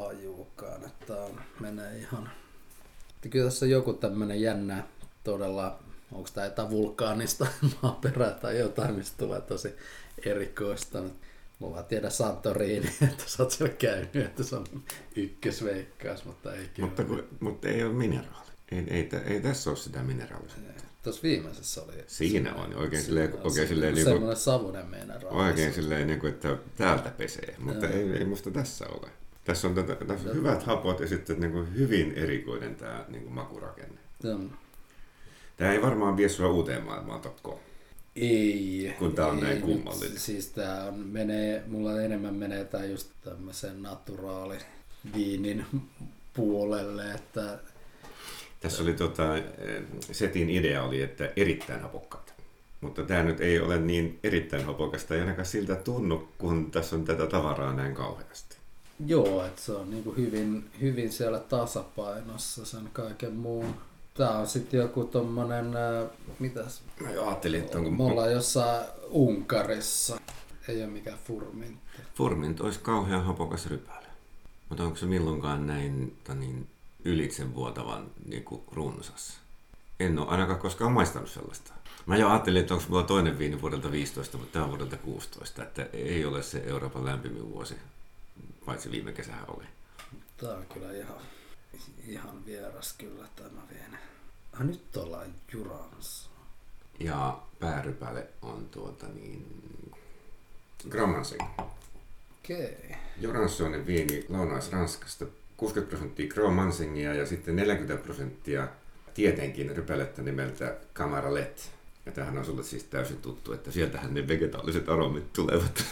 hajuukaan, että on, menee ihan... Kyllä tässä on joku tämmönen jännä todella, onko tämä jotain vulkaanista maaperää tai jotain, mistä tulee tosi erikoista. Mulla vaan tiedä Santorini, että sä oot siellä käynyt, että se on ykkösveikkaus, mutta ei kyllä. Mutta, kun, mutta ei ole mineraali. Ei, ei, ei tässä ole sitä mineraalia. Tuossa viimeisessä oli. Siinä on. Oikein silleen, oikein silleen niin semmoinen savunen mineraali. Oikein silleen, niin kuin, että täältä pesee, mutta ei, ei musta tässä ole. Tässä on, tätä, tässä on hyvät hapot ja sitten niin kuin hyvin erikoinen tämä niin kuin makurakenne. Ja. Tämä ei varmaan vie sua uuteen maailmaan, Tokko. Ei. Kun tää on ei, näin kummallinen. Siis tää on, menee, mulla enemmän menee tää just tämmöisen naturaali viinin puolelle, että... Tässä oli tota, setin idea oli, että erittäin hapokkaita. Mutta tämä nyt ei ole niin erittäin hapokasta, ei ainakaan siltä tunnu, kun tässä on tätä tavaraa näin kauheasti. Joo, että se on niinku hyvin, hyvin siellä tasapainossa sen kaiken muun. Tää on sitten joku tommonen, äh, mitäs? Mä jo ajattelin, että onko... Me ollaan jossain Unkarissa. Ei ole mikään furmintti. Furmint olisi kauhean hapokas rypäle. Mutta onko se milloinkaan näin niin ylitse vuotavan niin kuin runsas? En ole ainakaan koskaan maistanut sellaista. Mä jo ajattelin, että onko mulla toinen viini vuodelta viisitoista, mutta tämä on vuodelta kuusitoista. Että ei ole se Euroopan lämpimin vuosi, paitsi viime kesähän oli. Tää on kyllä ihan, ihan vieras kyllä tämä viini. Ah, nyt ollaan Juranssa. Ja päärypäle on tuota niin... Grammansing. Okei. Okay. Joranssoinen viini Lounais-Ranskasta. kuusikymmentä prosenttia Gros-Mansingia ja sitten neljäkymmentä prosenttia tietenkin rypälettä nimeltä Camaralet. Ja tämähän on sulle siis täysin tuttu, että sieltähän ne vegetaaliset aromit tulevat.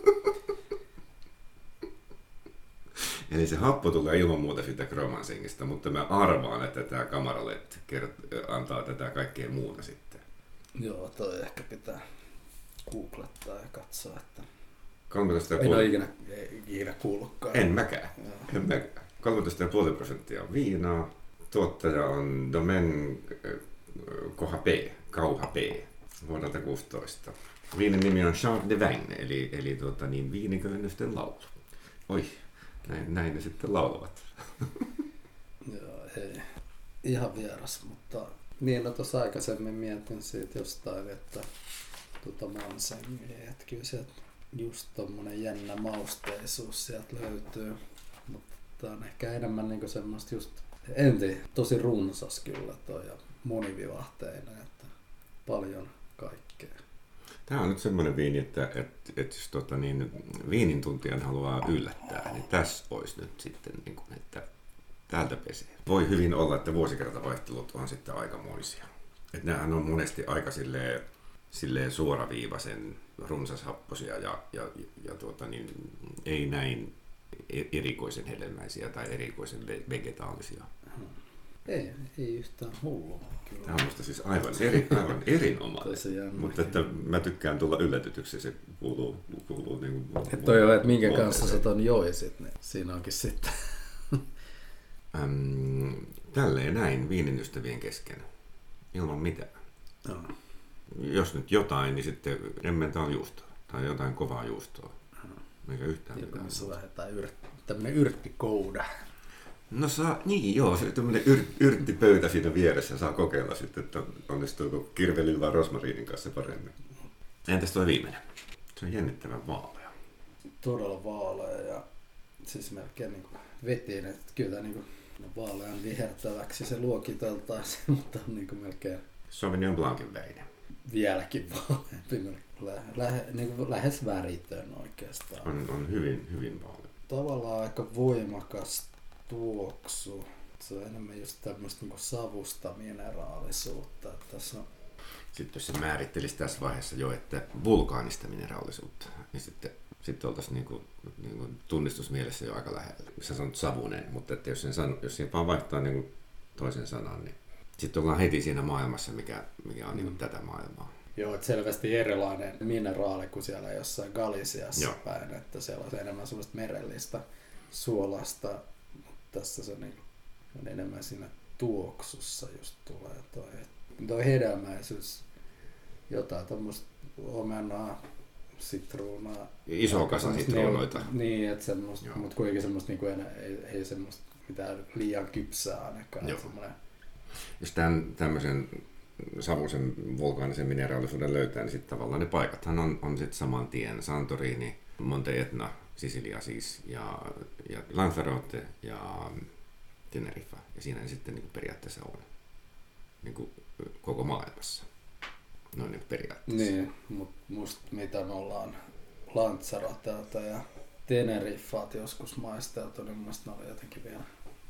Eli se happo tulee ilman muuta siitä Gros-Mansingista, mutta mä arvaan, että tämä Camaralet kert- antaa tätä kaikkea muuta sitten. Joo, toi ehkä pitää googlettaa ja katsoa, että... kolmetoista En ole ikinä, ikinä kuullutkaan. En mäkään. En mäkään. kolmetoista pilkku viisi prosenttia on viinaa. Tuottaja on Domaine Kauhape, Kauhape vuodelta kuusitoista. Viinin nimi on Chant de Vin, eli, eli tuota, niin, viiniköynnösten laulu. Oi, näin, näin ne sitten laulavat. Joo, ei. Ihan vieras, mutta niin, no tuossa aikaisemmin mietin siitä jostain, että tuota Mansingia, että kyllä sieltä just tommonen jännä mausteisuus sieltä löytyy, mutta tää on ehkä enemmän niinku semmoista just, en tiedä, tosi runsas kyllä toi ja monivivahteinen, että paljon kaikkea. Tämä on nyt semmoinen viini, että, että, että jos tuota, niin, viinintuntijan haluaa yllättää, niin tässä olisi nyt sitten, niin kuin, että täältä pesee. Voi hyvin olla, että vuosikertavaihtelut on sitten aikamoisia. Että nämähän on monesti aika silleen, silleen suoraviivaisen runsashapposia ja, ja, ja tuota, niin, ei näin erikoisen hedelmäisiä tai erikoisen vegetaalisia. Ei, ei yhtään hullu. Tämä on musta siis aivan, eri, aivan erinomainen. Tosiaan, mutta että mä tykkään tulla yllätetyksi, se kuuluu, kuuluu niin kuin... Että toi on, että minkä kanssa sä ton joisit, niin siinä onkin sitten. Ähm, tälleen näin viinin ystävien kesken, ilman mitään. No. Jos nyt jotain, niin sitten emmental juustoa tai jotain kovaa juustoa. Mikä yhtään Joka mitään. kanssa lähdetään yrt, tämmönen yrttikouda. No saa, niin joo, se on tämmöinen yr, yrttipöytä siinä vieressä, saa kokeilla sitten, että onnistuuko kirvelin vai rosmariinin kanssa paremmin. Entäs toi viimeinen? Se on jännittävän vaalea. Todella vaalea ja siis melkein niin kuin vetiin, että kyllä niin kuin, no vaalean vihertäväksi se luokiteltaisiin, mutta on niin kuin melkein Sauvignon Blancin värinen. vieläkin vaaleampi, lähe, lähe, niin kuin lähes väritön oikeastaan. On, on hyvin, hyvin vaalea. Tavallaan aika voimakas tuoksu. Se on enemmän just tämmöistä niin savusta mineraalisuutta. Että tässä on... Sitten jos se määrittelisi tässä vaiheessa jo, että vulkaanista mineraalisuutta, niin sitten, sitten oltaisiin niin kuin, niin kuin tunnistusmielessä jo aika lähellä. Sä sanot savunen, mutta että jos, sen san, jos siinä vaan vaihtaa niin kuin toisen sanan, niin sitten ollaan heti siinä maailmassa, mikä, mikä on mm. niin kuin tätä maailmaa. Joo, että selvästi erilainen mineraali kuin siellä jossain Galisiassa Joo. päin, että siellä on enemmän sellaista merellistä suolasta, mutta tässä se niin, on enemmän siinä tuoksussa just tulee toi, toi hedelmäisyys, jotain tommoista omenaa, sitruunaa. Iso kasa sitruunoita. Niin, niin että semmoista, mutta kuitenkin semmoista niinku enää, ei, ei semmoista mitään liian kypsää ainakaan. Jos tämän tämmöisen savuisen vulkaanisen mineraalisuuden löytää, niin sitten tavallaan ne paikathan on, on sitten saman tien. Santorini, Monte Etna, Sisilia siis, ja, ja Lanzarote ja Teneriffa. Ja siinä ne sitten niin periaatteessa on niin kuin koko maailmassa. Noin niin periaatteessa. Niin, mutta musta mitä me ollaan Lanzarotelta ja Teneriffaat joskus maisteltu, niin mun ne oli jotenkin vielä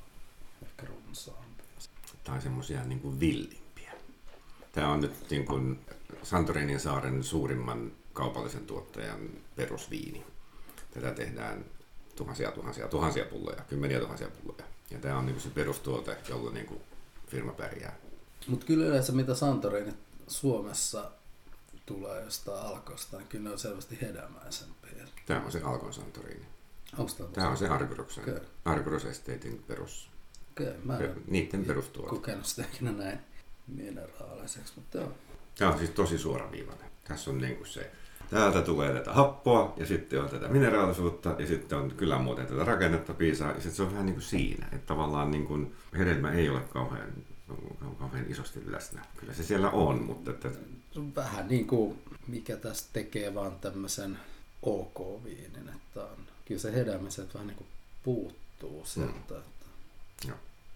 ehkä runsaampia. Tai semmosia niin kuin villimpiä. Tämä on nyt niin kuin Santorinin saaren suurimman kaupallisen tuottajan perusviini. Tätä tehdään tuhansia, tuhansia, tuhansia pulloja, kymmeniä tuhansia pulloja. Ja tämä on niin kuin se perustuote, jolla niin kuin firma pärjää. Mutta kyllä yleensä mitä Santorini Suomessa tulee jostain Alkosta, niin kyllä ne on selvästi hedelmäisempiä. Tämä on se Alkon Santorini. Onko tämä on se Arguroksen, okay. Arguros Estatein perus. Okay, mä en niiden perustuote. Kokenut sitä ikinä näin mineraaliseksi, mutta joo. Tämä on siis tosi suoraviivainen. Tässä on niin kuin se, täältä tulee tätä happoa ja sitten on tätä mineraalisuutta ja sitten on kyllä muuten tätä rakennetta piisaa ja sitten se on vähän niin kuin siinä, että tavallaan niin kuin hedelmä ei ole kauhean, kauhean isosti läsnä. Kyllä se siellä on, mutta että... Vähän niin kuin mikä tästä tekee vaan tämmöisen OK-viinin, että on, kyllä se hedelmä sieltä vähän niin kuin puuttuu sieltä. Mm. Että... Joo.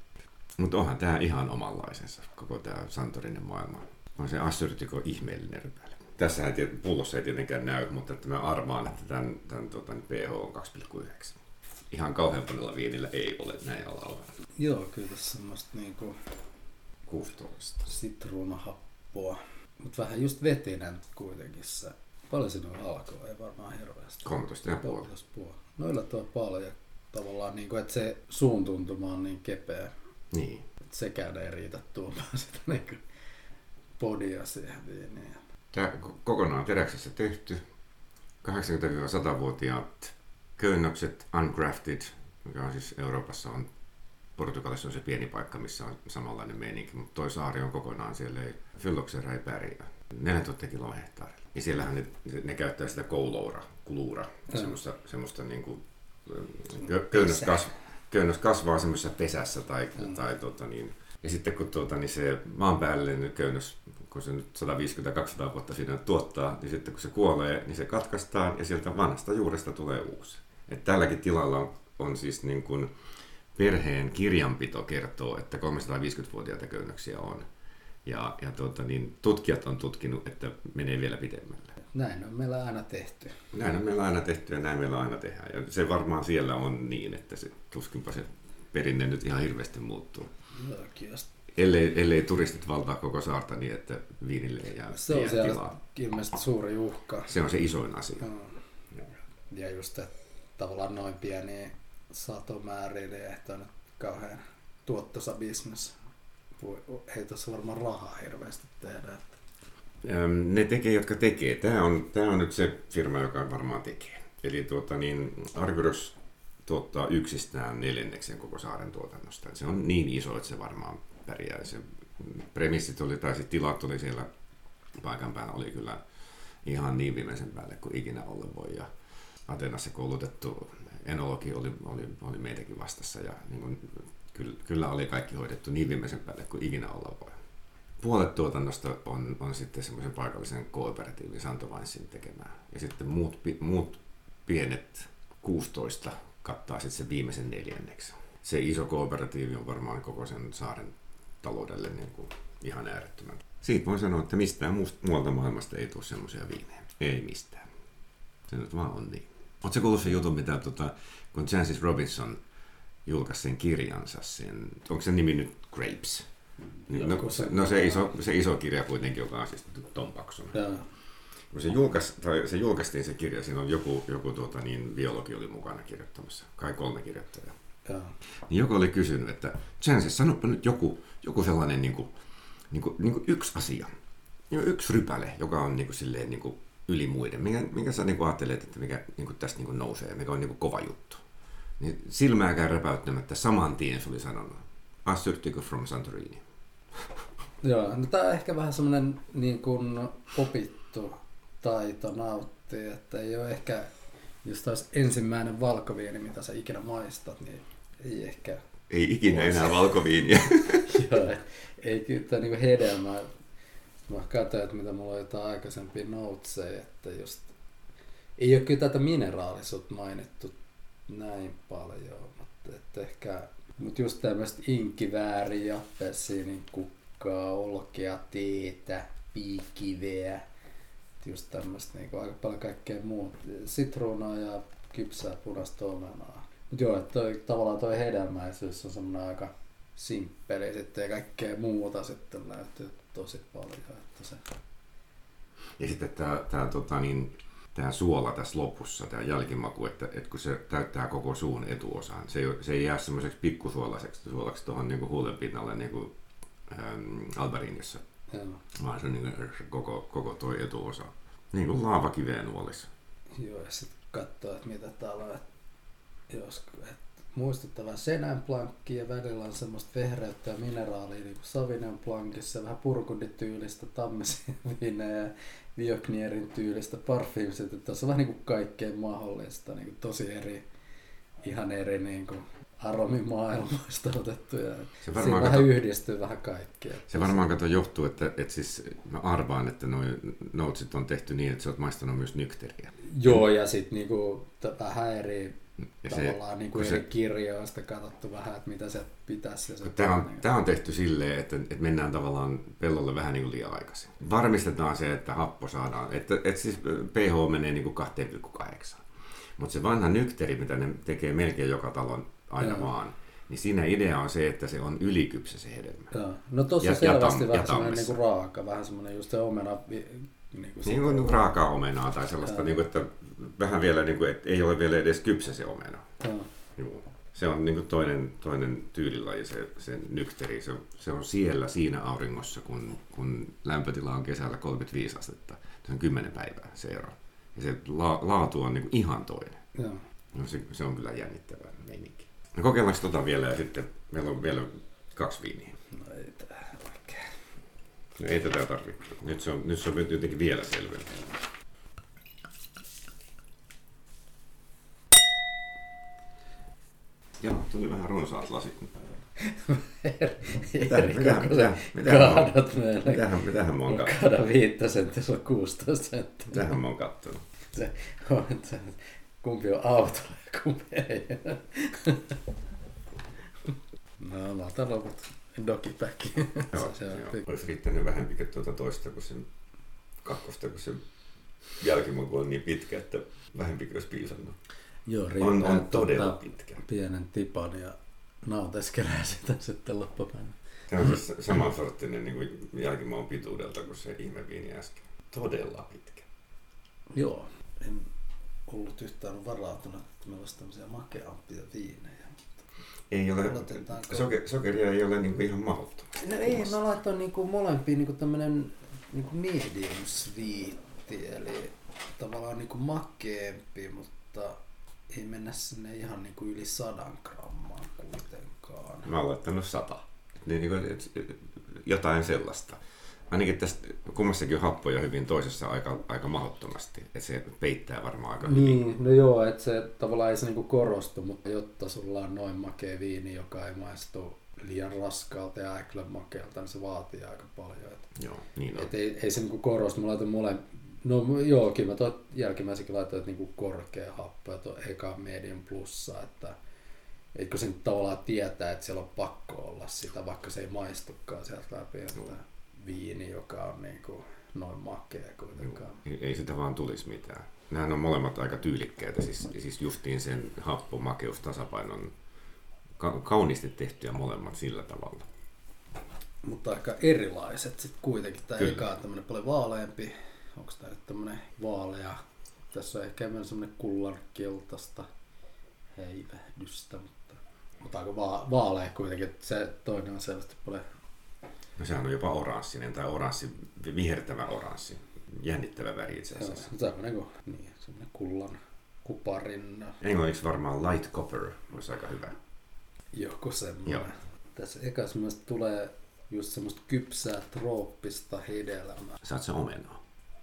Mutta onhan tämä ihan omanlaisensa, koko tämä Santorinin maailma. On se assyrtiko ihmeellinen rypäle. Tässähän pullossa ei tietenkään näy, mutta että mä arvaan, että tämän, tämän tota, pH on kaksi pilkku yhdeksän. Ihan kauhean monella viinillä ei ole näin alalla. Joo, kyllä tässä semmoista niinku kuusitoista sitruunahappoa. Mutta vähän just vetinen kuitenkin se. Paljon sinua alkoi, ei varmaan hirveästi. kolmetoista pilkku viisi. No yllättävän paljon. Tavallaan niinku, että se suun tuntuma on niin kepeä. Niin. Että sekään ei riitä tuomaan sitä niinku podia siihen viiniin. Tämä kokonaan teräksessä tehty. kahdeksankymmentä-satavuotiaat köynnökset, ungrafted, mikä on siis Euroopassa on, Portugalissa on se pieni paikka, missä on samanlainen meininki, mutta toi saari on kokonaan, siellä ei, Phylloxera ei pärjää. neljätuhatta kiloa hehtaarilla. Ja siellähän ne, ne käyttää sitä kouloura, kuluura, mm. semmoista, semmoista niinku, köynnös, kasv, köynnös kasvaa semmoisessa pesässä tai, mm. tai tota niin, ja sitten kun tuota, niin se maanpäällinen köynnös, kun se nyt sata viisikymmentä kaksisataa vuotta siinä tuottaa, niin sitten kun se kuolee, niin se katkaistaan ja sieltä vanhasta juuresta tulee uusi. Et tälläkin tilalla on, on siis niin kuin perheen kirjanpito kertoo, että kolmesataaviisikymmentävuotiaita köynnöksiä on. Ja, ja tuota, niin tutkijat on tutkinut, että menee vielä pidemmälle. Näin on meillä aina tehty. Näin on meillä aina tehty ja näin meillä aina tehdään. Ja se varmaan siellä on niin, että se, tuskinpa se perinne nyt ihan hirveästi muuttuu. Ellei, ellei turistit valtaa koko saarta niin, että viinille ei jää se on siellä ilmeisesti suuri uhka. Se on se isoin asia. Mm. Ja just, että tavallaan noin pieniä satomääriä, niin ei ole nyt kauhean tuottoisa bisnes. Ei tuossa varmaan rahaa hirveästi tehdä. Ne tekee, jotka tekee. Tämä on, tämä on nyt se firma, joka varmaan tekee. Eli tuota, niin Arguros tuottaa yksistään neljänneksen koko saaren tuotannosta. Se on niin iso, että se varmaan pärjää. Se premissit oli, tai sitten tilat oli siellä paikan päällä, oli kyllä ihan niin viimeisen päälle kuin ikinä olla voi. Ja Atenassa koulutettu enologi oli, oli, oli meitäkin vastassa ja niin kuin, kyllä, kyllä oli kaikki hoidettu niin viimeisen päälle kuin ikinä olla voi. Puolet tuotannosta on, on sitten semmoisen paikallisen kooperatiivin Santo Winesin tekemään. Ja sitten muut, muut pienet kuusitoista kattaa sitten sen viimeisen neljänneksen. Se iso kooperatiivi on varmaan koko sen saaren taloudelle niin kuin ihan äärettömän. Siitä voin sanoa, että mistään muualta maailmasta ei tule semmoisia viinejä. Ei mistään. Se nyt vaan on niin. Oletko kuullut sen jutun, mitä tuota, kun Jancis Robinson julkaisi sen kirjansa, sen, onko se nimi nyt Grapes? Niin, no, se, no se, iso, se iso kirja kuitenkin, joka on siis ton paksuna. Kun se, julkais, tai se julkaistiin se kirja, siinä on joku, joku tuota, niin biologi oli mukana kirjoittamassa, kai kolme kirjoittajaa. Niin joku oli kysynyt, että Jancis, sanoppa nyt joku, joku sellainen niin kuin, niin kuin, niin kuin yksi asia, yksi rypäle, joka on niin kuin, silleen niin kuin yli muiden. Minkä, minkä sä niin kuin ajattelet, että mikä niin kuin tästä niin kuin nousee ja mikä on niin kuin kova juttu? Niin silmääkään räpäyttämättä saman tien se oli sanonut, Assyrtiko from Santorini. Joo, no tää on ehkä vähän semmoinen niin kuin opittu taito nauttia, että ei ole ehkä, jos taas ensimmäinen valkoviini, mitä sä ikinä maistat, niin ei ehkä... Ei ikinä enää valkoviiniä. Joo, ei kyllä niin hedelmää. Mä katsoin, että mitä mulla on jotain aikaisempia noutseja, että just... Ei ole kyllä tätä mineraalisuutta mainittu näin paljon, mutta että ehkä... Mutta just tämmöistä inkivääriä, appelsiinin kukkaa, olkea, teetä, piikiveä. Just tämmöistä niinku aika paljon kaikkea muuta. Sitruunaa ja kypsää punaista omenaa. Mut joo, että toi, tavallaan toi hedelmäisyys on semmoinen aika simppeli sitten ja kaikkea muuta sitten löytyy tosi paljon. Että se... Ja sitten tää, tää, tota niin, tää suola tässä lopussa, tää jälkimaku, että, että kun se täyttää koko suun etuosan, se ei, se ei jää semmoiseksi pikkusuolaiseksi suolaksi tuohon niinku huulen pinnalle niinku ähm, Albarinissa, vaan se on niinku koko, koko toi etuosa. Niin kuin laavakiveen nuolissa. Joo, ja sitten katsoo, että mitä täällä on. Jos, et muistuttavaa Chenin Blancia ja välillä on semmoista vehreyttä ja mineraalia niin kuin Sauvignon Blancissa, vähän purkundityylistä tammesiviinejä ja Viognierin tyylistä parfymsit. Tässä on vähän niin kuin kaikkea mahdollista, niin kuin tosi eri, ihan eri niin kuin aromimaailmoista otettu ja siinä vähän kato, yhdistyy vähän kaikkea. Se varmaan kato johtuu, että, että siis mä arvaan, että nuo notesit on tehty niin, että sä oot maistanut myös nykteriä. Joo, ja sitten niinku vähän eri ja tavallaan se, niinku eri se, kirjoista katsottu vähän, että mitä se pitäisi. Tämä on, tämä on tehty silleen, että, että mennään tavallaan pellolle vähän niin kuin liian aikaisin. Varmistetaan se, että happo saadaan, että, että siis pH menee niin kuin kaksi pilkku kahdeksan. Mutta se vanha nykteri, mitä ne tekee melkein joka talon aina Joo. vaan, niin siinä idea on se, että se on ylikypsä se hedelmä. Joo. No tossa ja, selvästi ja tam, vähän semmoinen niinku raaka, vähän semmoinen just se omena. Niinku niin kuin raakaa omenaa tai sellaista, niinku, että vähän vielä, niinku, että ei ole vielä edes kypsä se omena. Joo. Se on niinku toinen, toinen tyylilaji, se, se nykteri. Se, se on siellä siinä auringossa, kun, kun lämpötila on kesällä kolmekymmentäviisi astetta. Se on kymmenen päivää se ero. Ja se la, laatu on niinku ihan toinen. Joo. No se, se on kyllä jännittävää meininki. No kokeillaanko tota vielä ja sitten meillä on vielä kaksi viiniä. No ei tää oikein. No ei tätä tarvitse. Nyt se on, nyt se on jotenkin vielä selvempi. Joo, tuli vähän runsaat lasit. Eri kokoisen kaadat meille. Mitähän, mitähän mä oon kattonut? Kaada viittä senttiä, se on kuusitoista senttiä. Mitähän mä oon kattonut? Se on, se, kumpi on autolla ja kumpi ei. No, mä otan loput dogipäkki. Joo, se joo. Olisi riittänyt vähempikin tuota toista kuin sen kakkosta, kun se jälkimaku on niin pitkä, että vähempikin olisi piisannut. Joo, on, on todella pitkä. Pienen tipan ja nauteskelee sitä sitten loppupäivänä. Tämä on siis samansorttinen niin kuin jälkimaun pituudelta kuin se ihmeviini äsken. Todella pitkä. Joo, en ollut yhtään varautunut, että meillä olisi tämmöisiä makeampia viinejä. Ei ole, soke, sokeria ei ole niin kuin ihan mahdottomasti. No ei, mä laitoin niin kuin molempiin niin kuin tämmöinen niin kuin medium sweetti, eli tavallaan niin kuin makeampi, mutta ei mennä sinne ihan niin kuin yli sadan grammaa kuitenkaan. Mä oon laittanut sata. Niin, niin kuin, jotain sellaista. Ainakin tästä kummassakin on happoja hyvin, toisessa aika, aika mahdottomasti. Että se peittää varmaan aika hyvin. Niin, no joo, että se tavallaan ei se niinku korostu, mutta jotta sulla on noin makea viini, joka ei maistu liian raskaalta ja äklän makealta, niin se vaatii aika paljon. Et, joo, niin on. Et ei, ei se niinku korostu. Mä laitan mole... No jookin, mä tuon jälkimmäisenkin laitoin, että niinku korkea happo ja tuon eka medium plussa, että eikö se nyt tavallaan tietää, että siellä on pakko olla sitä, vaikka se ei maistukaan sieltä läpi. No. Viini, joka on niin kuin noin makea kuitenkaan. Ei, ei sitä vaan tulisi mitään. Nämähän on molemmat aika tyylikkäitä, siis, siis justiin sen happo, makeus, tasapainon ka- kauniisti tehtyjä molemmat sillä tavalla. Mutta aika erilaiset sitten kuitenkin. Tämä eka on tämmöinen paljon vaaleampi. Onko tämä nyt tämmöinen vaalea? Tässä on ehkä semmoinen kullankeltaista heivähdystä, mutta, mutta aika va- vaalea kuitenkin. Se toinen on selvästi paljon. No sehän on jopa oranssinen tai oranssi, vihertävä oranssi. Jännittävä väri itse asiassa. Joo, semmoinen kuin niin, semmoinen kullan kuparin. Englanniksi varmaan light copper olisi aika hyvä. Joku semmoinen. Joo. Tässä ekas myös tulee just semmoista kypsää trooppista hedelmää. Saat se omenaa?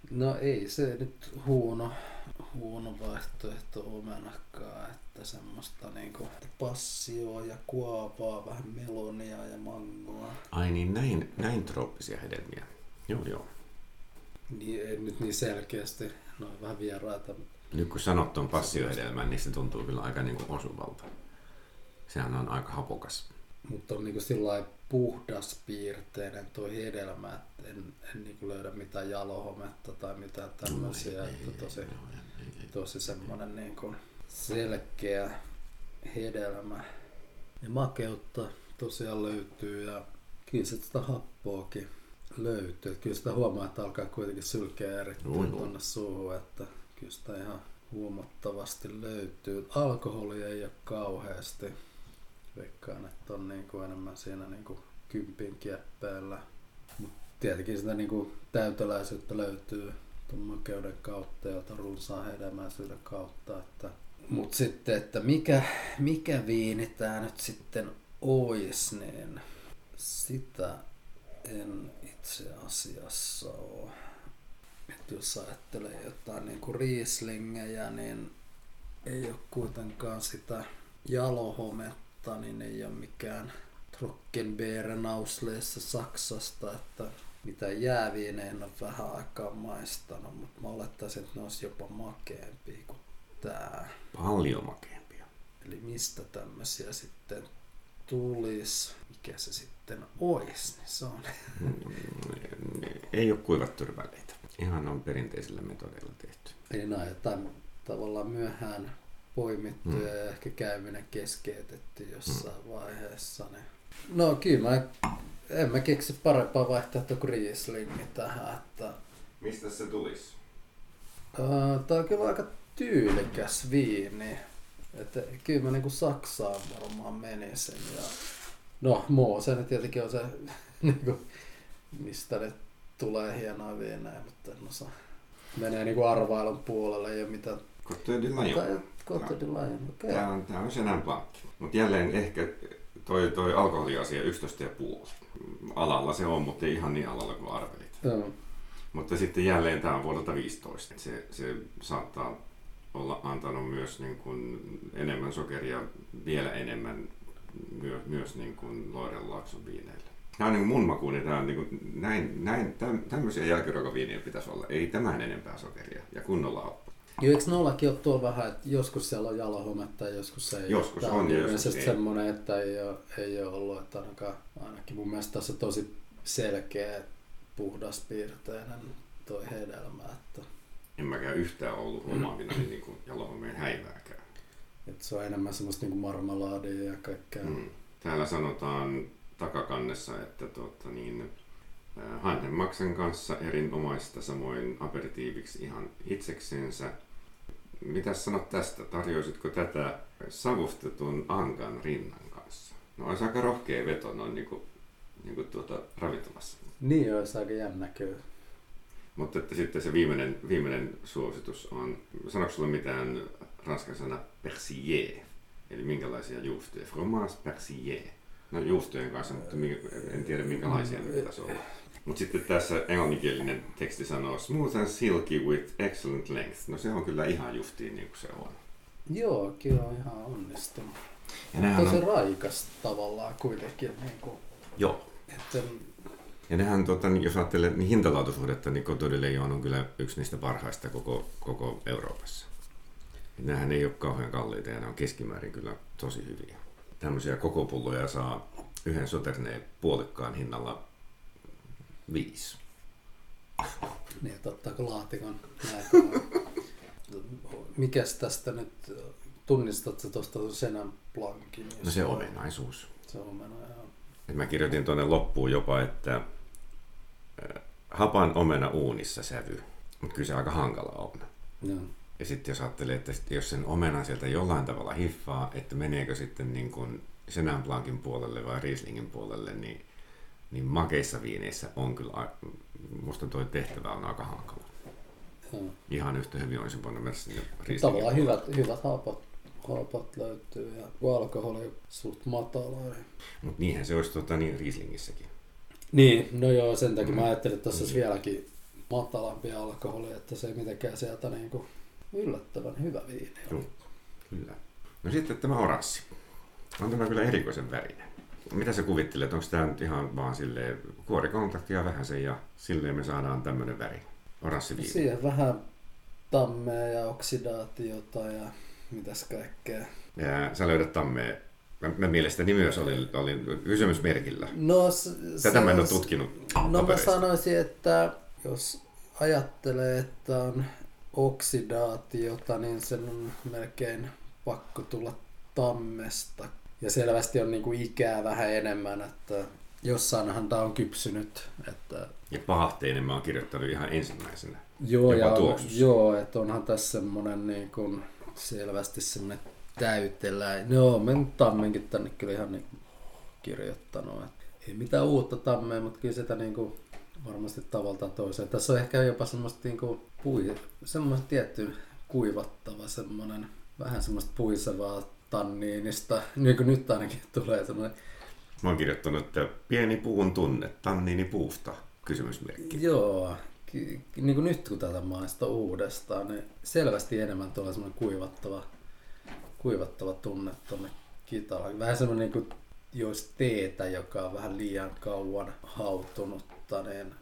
No ei se nyt huono, huono vaihtoehto omenakaan, että semmoista niinku passioa ja kuopaa, vähän melonia ja mangoa. Ai niin, näin, näin trooppisia hedelmiä. Joo, joo. Niin, ei nyt niin selkeästi, ne on vähän vieraita. Nyt kun sanot tuon passiohedelmän, niin se tuntuu kyllä aika niin kuin osuvalta. Sehän on aika hapokas. Mutta on niin kuin sillä puhdaspiirteinen tuo hedelmä, että en, en niin kuin löydä mitään jalohometta tai mitään tämmöisiä. No, ei, että tosi, ei, ei, ei, tosi semmoinen niin kuin selkeä hedelmä. Ja makeutta tosiaan löytyy ja kyllä se sitä happoakin löytyy. Kyllä sitä huomaa, että alkaa kuitenkin sylkeä erittäin tuonne suuhun, että kyllä sitä ihan huomattavasti löytyy. Alkoholia ei ole kauheasti. Veikkaan, että on niin kuin enemmän siinä niin kuin kympin kieppeillä. Mut tietenkin sitä niin kuin täyteläisyyttä löytyy tuon makeuden kautta ja runsaan hedelmäisyyden kautta. Että. Mut sitten, että mikä, mikä viini tää nyt sitten ois, niin sitä en itse asiassa ole. Että jos ajattelee jotain niin kuin Rieslingejä, niin ei ole kuitenkaan sitä jalohometta, niin ei ole mikään Trockenbeeren Ausleessa Saksasta, että mitä jääviinejä en ole vähän aikaa maistanut, mutta mä olettaisin, että ne olisi jopa makeampia kuin tää. Paljon makeampia. Eli mistä tämmöisiä sitten tulisi, mikä se sitten olisi, niin se on. Ei ole kuivattu rypäleitä. Ihan on perinteisillä metodeilla tehty. Eli näin jotain tavallaan myöhään poimittu mm. ja ehkä käyminen keskeytetty jossain mm. vaiheessa. Niin. No kyllä mä en mä keksi parempaa vaihtoehtoa kuin Rieslingi tähän. Että, mistä se tulisi? Uh, tää on kyllä aika tyylikäs viini. Että kyllä mä niinku Saksaan varmaan menisin. Ja, no Moosen tietenkin on se, niinku, mistä ne tulee hienoa viinejä, mutta en osaa. Menee niinku arvailun puolelle, ei ole mitään. Côte de Lion. Côte de Lion, okei. Okay. Tää on, tää on Chenin Blanc. Mutta jälleen ehkä toi, toi alkoholiasia yksitoista pilkku viisi. Alalla se on, mutta ei ihan niin alalla kuin arvelit. Mm. Mutta sitten jälleen tää on vuodelta viisitoista. Se, se saattaa olla antanut myös niin kuin enemmän sokeria, vielä enemmän myö, myös niin kuin Loirenlaakson viineillä. Tämä on niin kuin mun makuun, niin, on niin kuin, näin, näin täm, tämmöisiä jälkiruokaviinejä pitäisi olla. Ei tämän enempää sokeria ja kunnolla ole. Joo, eikö nollakin ole tuolla vähän, että joskus siellä on jalohometta ja joskus se ei. Joskus on ja joskus ei. Semmoinen, että ei ole, ei ole ollut, että ainakaan, ainakin mun mielestä tässä on tosi selkeä, puhdaspiirteinen toi hedelmä. Että en mäkään yhtään ollut omaavina niin kuin jalohomeen häivääkään. Että se on enemmän semmoista niin kuin marmeladia ja kaikkea. Mm. Täällä sanotaan takakannessa, että tuota, niin, Hanhenmaksen kanssa erinomaista, samoin aperitiiviksi ihan itseksensä. Mitäs sanot tästä? Tarjoisitko tätä savustetun ankan rinnan kanssa? No olisi aika rohkea veto noin niin kuin, niin kuin tuota, ravintolassa. Niin olisi aika jännä kyllä. Mutta että sitten se viimeinen, viimeinen suositus on, sanoiko sulla mitään ranskan sana persillé? Eli minkälaisia juustoja? Fromage persillé. No juustojen kanssa, mutta en tiedä minkälaisia ne pitäisi olla. Mutta sitten tässä englanninkielinen teksti sanoo smooth and silky with excellent length. No se on kyllä ihan justiin niin kuin se on. Joo, kyllä on ihan onnistunut. Tosi on raikas tavallaan kuitenkin. Niin kuin, joo. Että ja nehän, tuota, jos ajattelee niin hintalaatuisuudetta, niin Côte de Lion on kyllä yksi niistä parhaista koko, koko Euroopassa. Nehän ei ole kauhean kalliita ja ne on keskimäärin kyllä tosi hyviä. Tämmöisiä koko pulloja saa yhden Sauterneen puolikkaan hinnalla viisi. Niin, että ottaako laatikon näitä. Mikäs tästä nyt, tunnistatko tuosta Chenin Blancin? No se omenaisuus. Se omena, joo. Mä kirjoitin tuonne loppuun jopa, että hapan omena uunissa sävy, mutta kyllä se aika hankala on. Joo. Ja sitten jos ajattelee, että jos sen omenan sieltä jollain tavalla hiffaa, että meneekö sitten niin kuin Chenin Blancin puolelle vai Rieslingin puolelle, niin, niin makeissa viineissä on kyllä, musta toi tehtävä on aika hankala. Joo. Ihan yhtä hyvin olisi voinut mennä sinne Rieslingin tavallaan hyvät, hyvät hapat, hapat löytyy ja alkoholi suht matala. Mutta niinhän se olisi tuota, niin Rieslingissäkin. Niin, no joo, sen takia mm. mä ajattelin, että tässä olisi vieläkin matalampi alkoholi, että se ei mitenkään sieltä niinku yllättävän hyvä viini. Joo, kyllä. No sitten tämä oranssi. On tämä kyllä erikoisen värinen. Mitä sä kuvittelet? Onko tämä nyt ihan vaan silleen kuorikontaktia vähän sen ja silleen me saadaan tämmöinen väri? Oranssi viini. Siihen vähän tammea ja oksidaatiota ja mitäs kaikkea. Ja sä löydät tammea. Mä, mä mielestäni myös olin, olin kysymysmerkillä. No, Tätä mä en ole tutkinut No papereista. mä sanoisin, että jos ajattelee, että on oksidaatiota, niin sen on melkein pakko tulla tammesta. Ja selvästi on niinku ikää vähän enemmän, että jossainhan tää on kypsynyt. Että Ja pahahteinen mä oon kirjoittanut ihan ensimmäisenä. joo, jopa ja tuoksussa. joo, että onhan tässä semmonen niin kuin selvästi semmonen täytelä. No, mä nyt tammenkin tänne kyllä ihan niin kirjoittanut. Että ei mitään uutta tammea, mutta kyllä sitä niin kuin varmasti tavaltaan toiseen. Tässä on ehkä jopa semmoista niin kuin pui, semmoista tietty kuivattava semmoinen, vähän semmoista puisevaa tanniinista, niin kuin nyt ainakin tulee semmoinen. Mä oon kirjoittanut, että pieni puun tunne, tanniini puusta, kysymysmerkki. Joo, niin kuin nyt kun tätä maista uudestaan, niin selvästi enemmän tulee semmoinen kuivattava, kuivattava tunne tuonne kitalaan. Vähän semmoinen niin kuin jos teetä, joka on vähän liian kauan hautunutta, niin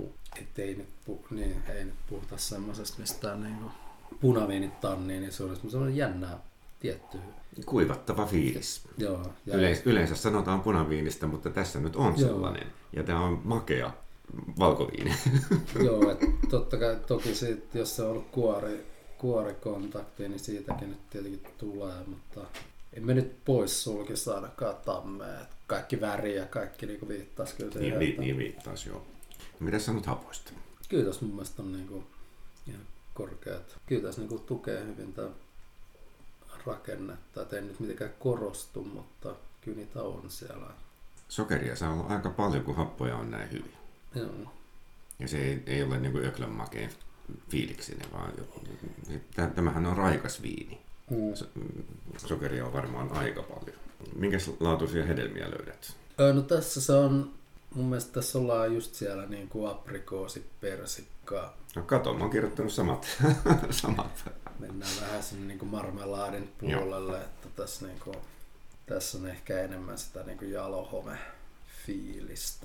ei nyt, pu, niin, ei nyt puhuta semmoisesta mistään niin kuin punaviinitanniin, niin se olisi semmoinen jännää tiettyä. Kuivattava fiilis. Joo, ja Yleensä, yleensä sanotaan punaviinistä, mutta tässä nyt on Joo. sellainen. Ja tämä on makea valkoviini. Joo, että totta kai toki siitä, jos se on ollut kuori, kuorikontakti, niin siitäkin nyt tietenkin tulee, mutta emme nyt pois sulkisi ainakaan tammea. Kaikki väri ja kaikki niin viittaisi kyllä siihen. niin, niin viittaisi, joo. Mitä sanot hapoista? Kyllä tässä mun mielestä on niin kuin ihan korkeat. Kyllä tässä niin kuin tukee hyvin tämä rakennetta. Et ei nyt mitenkään korostu, mutta kyllä niitä on siellä. Sokeria saa olla aika paljon, kun happoja on näin hyvin. Joo. Ja se ei, ei ole niin kuin öklän makea fiiliksinen, vaan tämähän on raikas viini. Mm. Sokeria on varmaan aika paljon. Minkäs laatuisia hedelmiä löydät? No tässä se on, mun mielestä tässä ollaan just siellä niin kuin aprikoosi, persikkaa. No kato, mä oon kirjoittanut samat. samat. Mennään vähän sinne niin kuin marmelaadin puolelle, Joo. että tässä, niin kuin, tässä on ehkä enemmän sitä niin kuin jalohomefiilistä.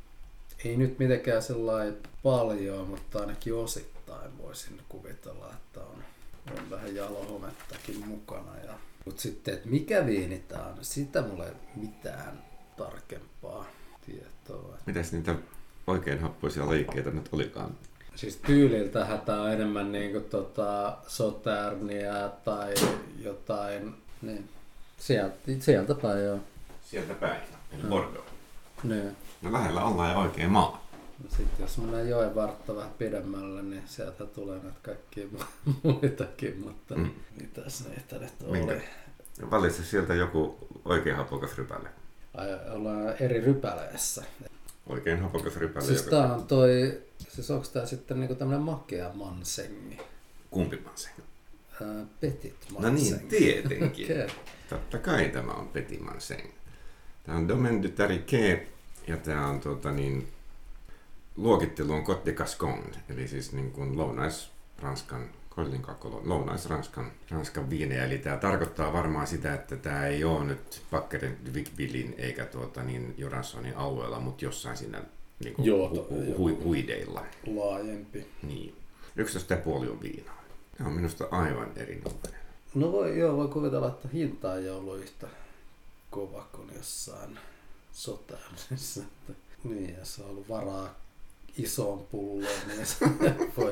Ei nyt mitenkään sellainen paljon, mutta ainakin osittain voisin kuvitella, että on, on vähän jalohomettakin mukana. Ja, mutta sitten, että mikä viini tää on, sitä mulla ei mitään tarkempaa tietoa. Mitäs niitä oikein happoisia lajikkeita nyt olikaan? Siis tyyliltähän tää on enemmän niinku tota Sauternia tai jotain, niin sieltä, sieltä päin joo. Sieltä päin, eli Bordeaux. Niin. No lähellä ollaan ja oikein maa. No sitten jos mennään joen vartta vähän pidemmälle, niin sieltä tulee näitä kaikkia muitakin, mutta mm. mitäs niitä nyt oli? Minkä? Valitse sieltä joku oikein hapokas rypäle. Ai, ollaan eri rypäleissä. Oikein hapokas rypäle. Siis joka... tää on toi, siis onks tää sitten niinku tämmönen makea mansengi? Kumpi mansengi? Ää, petit mansengi. No niin, tietenkin. Okay. Totta kai tämä on petit mansengi. Tää on Domaine du Tariquet ja tää on tuota niin, luokittelu on Côte de Gascogne, eli siis niin kuin lounais-Ranskan, lounais-Ranskan Ranskan viinejä. Eli tämä tarkoittaa varmaan sitä, että tämä ei ole nyt Bakkeren Vic-Villin eikä tuota niin Jurançonin alueella, mutta jossain siinä niin kuin Joo, hu- hu- hu- huideilla. Laajempi. Niin. yksitoista pilkku viisi on viinaa. Tämä on minusta aivan erinomainen. No voi, joo, voi kuvitella, että hinta ei ollut yhtä kova kuin jossain Sauternesissa. Niin, ja se on ollut varaa isoon pulloon, niin se voi...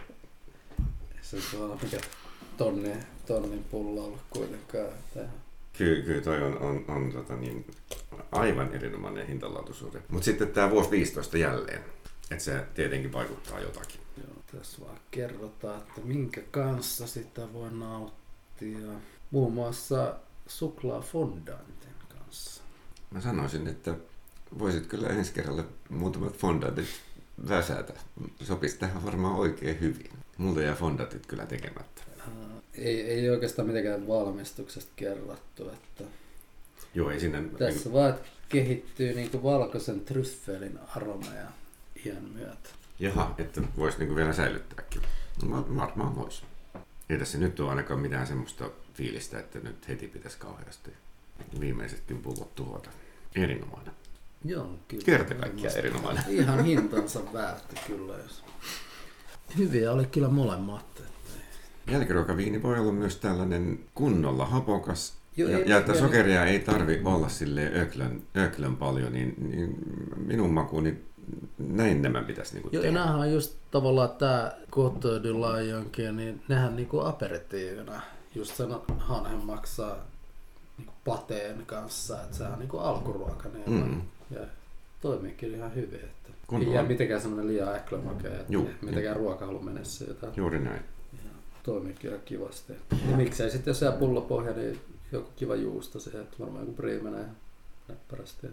Se on mikä tonni, tonnin pullo ollut kuitenkaan tehdä. Kyllä, kyllä toi on, on, on tota niin, aivan erinomainen hintalaatuisuuden. Mutta sitten tämä vuosi viisitoista jälleen, että se tietenkin vaikuttaa jotakin. Joo, tässä vaan kerrotaan, että minkä kanssa sitä voi nauttia. Muun muassa suklaafondantin kanssa. Mä sanoisin, että voisit kyllä ensi kerralla muutamat fondantit väsätä. Sopisi tähän varmaan oikein hyvin. Multa jää fondantit kyllä tekemättä. Ei, ei oikeastaan mitenkään valmistuksesta kerrottu. Että Joo, ei sinne... tässä niin, vaan kehittyy niinku valkoisen tryffelin aromeja iän myötä. Jaha, että voisi niinku vielä säilyttääkin. No, varmaan voisi. Ei tässä nyt ole ainakaan mitään semmoista fiilistä, että nyt heti pitäisi kauheasti viimeisetkin pullot tuhota. Erinomainen. Joo, kyllä. Kerta kaikkiaan erinomainen. Ihan hintansa väärti kyllä. Jos... Hyviä oli kyllä molemmat. Jälkiruokaviini voi olla myös tällainen kunnolla hapokas. Joo, ja, ei, ja että ei, sokeria ei tarvi olla silleen öklön, öklön paljon, niin, niin minun makuuni näin nämä pitäisi niinku Joo, tehdä. ja nämähän on just tavallaan tämä Côte du Lionkin, niin nehän niinku aperitiivina. Just sen hanhen maksaa niinku pateen kanssa, että sehän on niinku alkuruoka. Niin mm. Ja toimiikin ihan hyvin. Että ei jää mitenkään semmoinen liian äklömakea, että Juh, mitenkään ruokahalu mene siitä. Juuri näin. Ja toimiikin ihan kivasti. Ja miksei sitten jos jää pullopohja, niin joku kiva juusto siihen, että varmaan joku brie menee ihan näppärästi.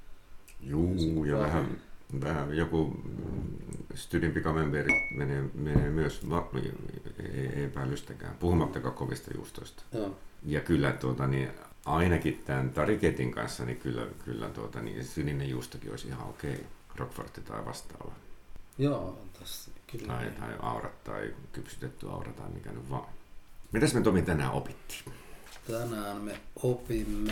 Juu, ja vähän, vähän joku Stydin pikamemberi menee, menee myös va- ei epäilystäkään, puhumattakaan kovista juustoista. Joo. Ja kyllä tuota, niin ainakin tämän tariketin kanssa, niin kyllä, kyllä tuota, niin sininen juustokin olisi ihan okei. Roquefortti tai vastaava. Joo, tässä kyllä. Tai, tai aurat tai kypsytetty aura tai mikä nyt vaan. Mitäs me Tomi tänään opittiin? Tänään me opimme,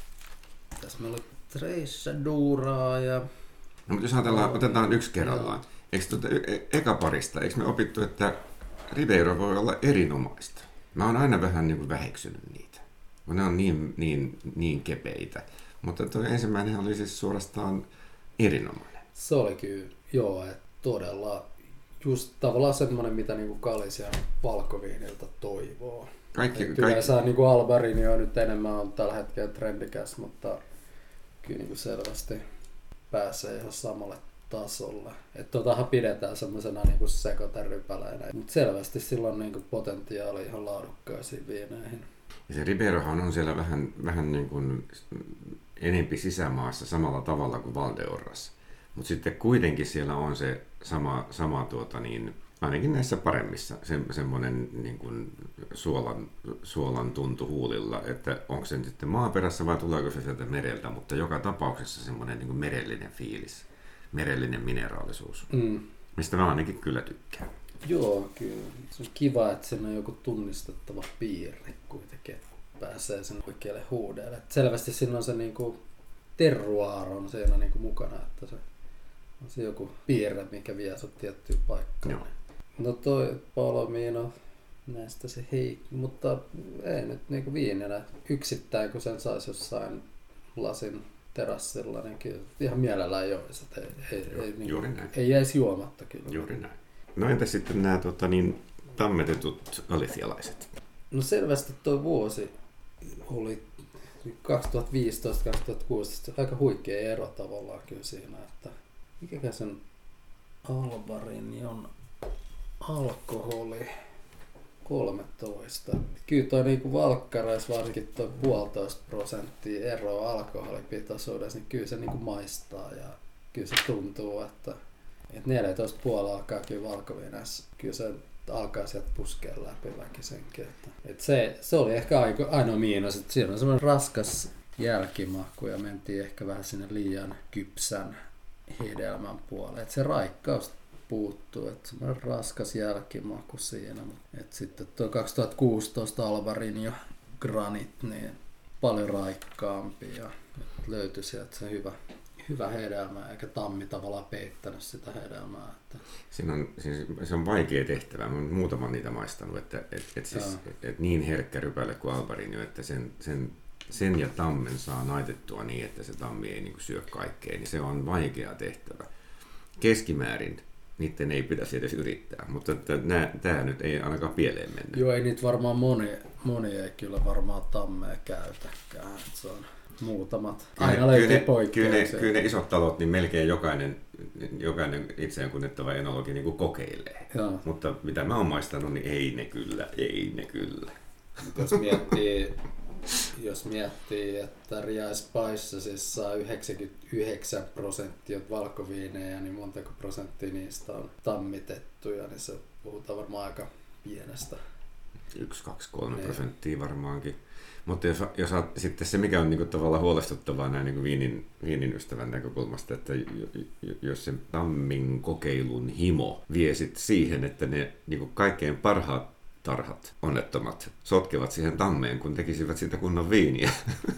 tässä meillä oli treissaduraa ja... No mutta jos ajatellaan, otetaan yksi kerrallaan. Eikö tuota eka parista, eikö me opittu, että Ribeiro voi olla erinomaista? Mä oon aina vähän niin kuin väheksynyt niitä, kun ne on niin, niin, niin kepeitä. Mutta tuo ensimmäinen oli siis suorastaan erinomainen. Se oli kyllä, joo, että todella just tavallaan semmoinen, mitä niinku Galician valkoviiniltä toivoo. Kaikki, kyllä kaikki... saa niinku Albarino nyt enemmän on tällä hetkellä trendikäs, mutta kyllä niinku selvästi pääsee ihan samalle tasolle. Että totahan pidetään semmoisena niinku sekoiterypäleenä, mutta selvästi sillä on niinku potentiaali ihan laadukkaisiin viineihin. Ja se Ribeirohan on siellä vähän, vähän niin kuin enempi sisämaassa samalla tavalla kuin Valdeorras. Mutta sitten kuitenkin siellä on se sama, sama tuota niin, ainakin näissä paremmissa, se, semmoinen niin kuin suolan, suolan tuntu huulilla, että onko se sitten maaperässä vai tuleeko se sieltä mereltä, mutta joka tapauksessa semmoinen niin kuin merellinen fiilis, merellinen mineraalisuus, mm. mistä mä ainakin kyllä tykkään. Joo, kyllä. Se on kiva, että siinä on joku tunnistettava piirre kuitenkin, että pääsee sen oikealle huudeelle. Et selvästi siinä on se niinku terroir on siinä niinku mukana, että se on se joku piirre, mikä vie sut tiettyyn paikkaan. Joo. No toi Palomino, näistä se hei, mutta ei nyt niinku viinenä yksittäin, kun sen saisi jossain lasin terassilla, niin kyllä ihan mielellään joisi. Ei, ei, Joo, ei, juuri niin, näin. Ei jäisi juomatta kyllä. Juuri näin. No entä sitten nämä tota, niin, tammetetut galicialaiset? No selvästi tuo vuosi oli kaksituhattaviisitoista kaksituhattakuusitoista aika huikea ero tavallaan kyllä siinä, että mikäkään sen Albarin on alkoholi kolmetoista. Kyllä tuo niinku valkkarais varsinkin tuo puolitoista prosenttia eroa alkoholipitoisuudessa, niin kyllä se niinku maistaa ja kyllä se tuntuu, että, että neljätoista puolella alkaa kyllä valkoviinässä. Kyllä se alkaa sieltä puskea läpi väkisenkin. Että, että se, se oli ehkä ainoa miinus, että siinä on semmoinen raskas jälkimaku ja mentiin ehkä vähän sinne liian kypsän hedelmän puolelle. Että se raikkaus puuttuu, että semmoinen raskas jälkimaku siinä. Että sitten tuo kaksituhattakuusitoista Alvarinho Granit, niin paljon raikkaampi ja löytyi sieltä se hyvä. Hyvä hedelmä, eikä tammi tavallaan peittänyt sitä hedelmää. Että... Siinä on, siis, se on vaikea tehtävä. Mä olen muutaman niitä maistanut, että et, et siis, et, et niin herkkä rypäle kuin Alvarinho, että sen, sen, sen ja tammen saa naitettua niin, että se tammi ei niin kuin syö kaikkea. Niin se on vaikea tehtävä. Keskimäärin niiden ei pitäisi edes yrittää, mutta tämä nyt ei ainakaan pieleen mennä. Joo, ei niitä varmaan moni, moni ei kyllä varmaan tammea käytäkään. Se on muutamat. Aina löytyy poikkeuksia. Kyllä, kyllä ne isot talot, niin melkein jokainen, jokainen itseään kunnettava enologi niin kuin kokeilee. Joo. Mutta mitä mä oon maistanut, niin ei ne kyllä, ei ne kyllä. Jos miettii, jos miettii että Ria Spice siis saa yhdeksänkymmentäyhdeksän prosenttia valkoviinejä, niin montako prosenttia niistä on tammitettuja, niin se puhutaan varmaan aika pienestä Yksi, kaksi, kolme prosenttia varmaankin. Mutta jos, jos sitten se, mikä on niinku tavallaan huolestuttavaa näin niinku viinin, viinin ystävän näkökulmasta, että jos se tammin kokeilun himo vie sit siihen, että ne niinku kaikkein parhaat tarhat, onnettomat, sotkevat siihen tammeen, kun tekisivät siitä kunnon viiniä.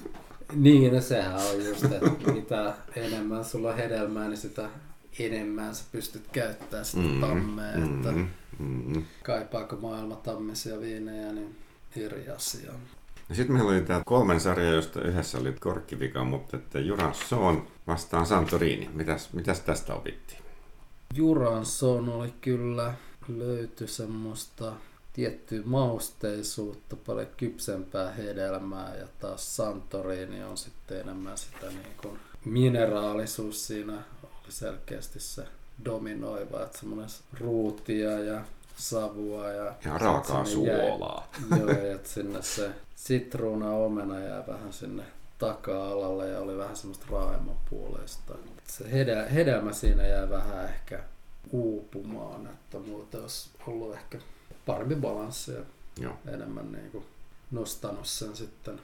Niin, no sehän on just, että mitä enemmän sulla on hedelmää, niin sitä enemmän sä pystyt käyttämään sitä mm, tammea. Mm, että mm. Kaipaako maailma tammisia viinejä, niin eri asia. Sitten meillä oli tämä kolmen sarja, josta yhdessä oli korkkivika, mutta että Jurançon vastaan Santorini. Mitäs, mitäs tästä opittiin? Jurançon oli kyllä, löytyi semmoista tiettyä mausteisuutta, paljon kypsempää hedelmää, ja taas Santorini on sitten enemmän sitä niin kuin mineraalisuus siinä oli selkeästi se dominoiva, että semmoinen ruutia ja savua ja, ja raakaa suolaa. Jäi, joo, ja sinne se sitruuna omena jää vähän sinne taka-alalle ja oli vähän semmoista raaemman puoleista. Se hedel- hedelmä siinä jää vähän ehkä uupumaan, että muuten olisi ollut ehkä parempi balanssi ja joo. enemmän niin kuin nostanut sen sitten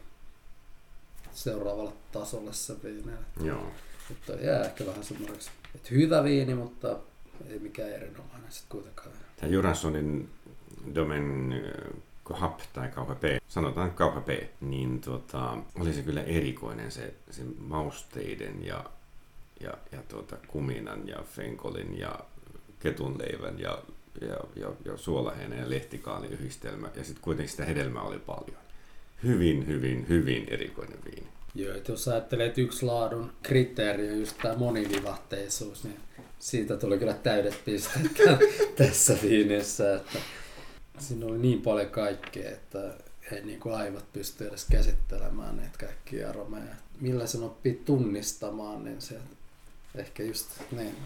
seuraavalle tasolle se viini. Joo. Mutta jää ehkä vähän semmoiseksi, että hyvä viini, mutta ei mikään erinomainen sitten kuitenkaan. Tämä Jurançonin Domaine Kauhap tai Kauhap, sanotaan Kauhap, niin tota, oli se kyllä erikoinen se, se mausteiden ja, ja, ja tuota, kuminan ja fenkolin ja ketunleivän ja, ja, ja, ja suolaheinän ja lehtikaalin yhdistelmä. Ja sitten kuitenkin sitä hedelmää oli paljon. Hyvin, hyvin, hyvin erikoinen viini. Joo, että jos ajattelee, että yksi laadun kriteeri on just tämä monivivahteisuus, niin siitä tuli kyllä täydet pisteet tässä viinissä, että siinä oli niin paljon kaikkea, että ei niin kuin aivot pysty edes käsittelemään niitä kaikkia aromeja. Millä sen oppii tunnistamaan, niin se ehkä just niin.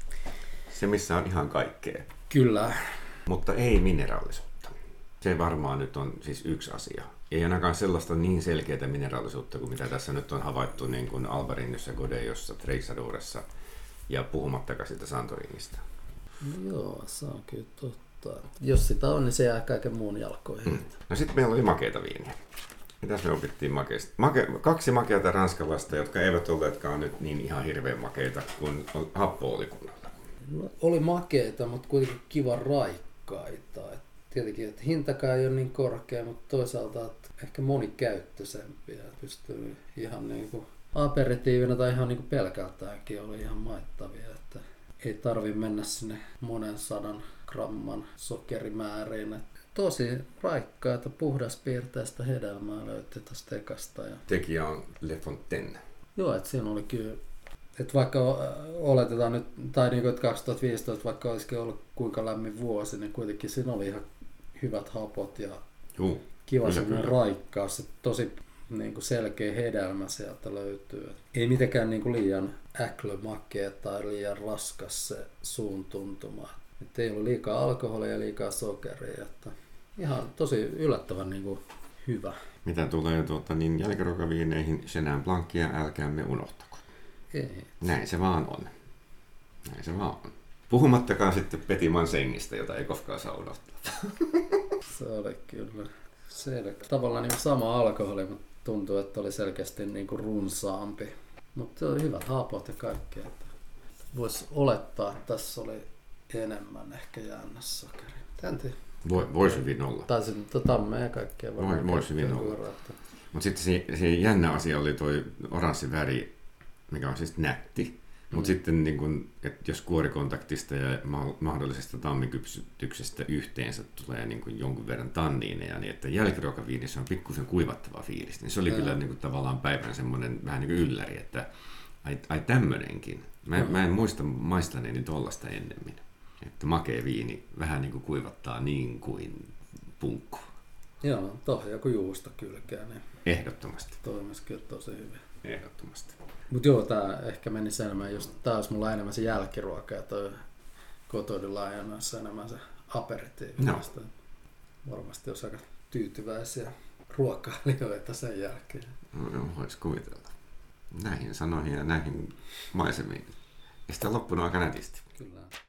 Se, missä on ihan kaikkea. Kyllä. Mutta ei mineraalisuutta. Se varmaan nyt on siis yksi asia. Ei ainakaan sellaista niin selkeää mineraalisuutta kuin mitä tässä nyt on havaittu niin kuin Albarinossa, Godellossa, Treixaduressa ja puhumattakaan siitä Santorinista. No joo, se on kyllä totta. Jos sitä on, niin se jää kaiken muun jalkoihin. Hmm. No sitten meillä oli makeita viiniä. Mitäs me opittiin makeista? Make, kaksi makeata ranskalaista, jotka eivät olleetkaan nyt niin ihan hirveän makeita, kun happo oli kunnolla. No, oli makeita, mutta kuitenkin kiva raikkaita. Tietenkin, että hintakaan ei ole niin korkea, mutta toisaalta että ehkä monikäyttöisempiä. Pystyy ihan niin kuin aperitiivina tai ihan niin kuin pelkältäänkin oli ihan maittavia. Että ei tarvi mennä sinne monen sadan gramman sokerimääriin. Tosi raikkaita, puhdaspiirteistä hedelmää löytyi tästä ekasta. Ja tekijä on Le Fontaine. Joo, että siinä oli kyllä, että vaikka oletetaan nyt, tai niin kuin, että kaksituhattaviisitoista vaikka olisikin ollut kuinka lämmin vuosi, niin kuitenkin siinä oli ihan hyvät hapot ja Juu, kiva semmoinen raikkaus. Tosi niin kuin selkeä hedelmä sieltä löytyy. Ei mitenkään niin kuin liian äklömakea tai liian raskas se suun tuntuma. Että ei ollut liikaa alkoholia ja liikaa sokeria. Että ihan tosi yllättävän niin kuin hyvä. Mitä tulee tuota, niin jälkiruokaviineihin, Chenin Blancia älkäämme unohtako. Ei. Näin se vaan on. Näin se vaan on. Puhumattakaan sitten Petit Mansengista, jota ei koskaan saa unohtaa. Se oli kyllä selkeä. Tavallaan niin sama alkoholi, mutta tuntuu, että oli selkeästi niin kuin runsaampi. Mutta se oli hyvät hapot ja kaikkea. Voisi olettaa, että tässä oli enemmän ehkä jäännössokeria. Tänti. Voi, voisi hyvin olla. Tai sitten tammea ja kaikkea. Voi, voisi hyvin olla. Mutta sitten se, se jännä asia oli tuo oranssi väri, mikä on siis nätti. Mutta mm. sitten, niin kun, että jos kuorikontaktista ja mahdollisesta tammikypsytyksestä yhteensä tulee niin kun jonkun verran tanniineja, niin että jälkiruokaviinissä on pikkusen kuivattava fiilis. Niin se oli mm. kyllä niin kun, tavallaan päivän semmoinen vähän niin kuin ylläri, että ai, ai tämmöinenkin. Mä, mm. mä en muista maistaneeni tollasta ennemmin. Että makea viini vähän niin kuin kuivattaa niin kuin punkku. Joo, tohon joku juusto kylkää. Niin ehdottomasti. Toimisi kyllä tosi hyvin. Ehdottomasti. Mutta joo, tää ehkä meni enemmän, just tää olisi mulla enemmän se jälkiruoka ja toi Coteau de Lion olisi enemmän se aperitiivi. No. Varmasti olisi aika tyytyväisiä ruokailijoita sen jälkeen. No joo, voisi kuvitella. Näihin sanoihin ja näihin maisemiin. Ja sitä loppunut aika nätisti. Kyllä.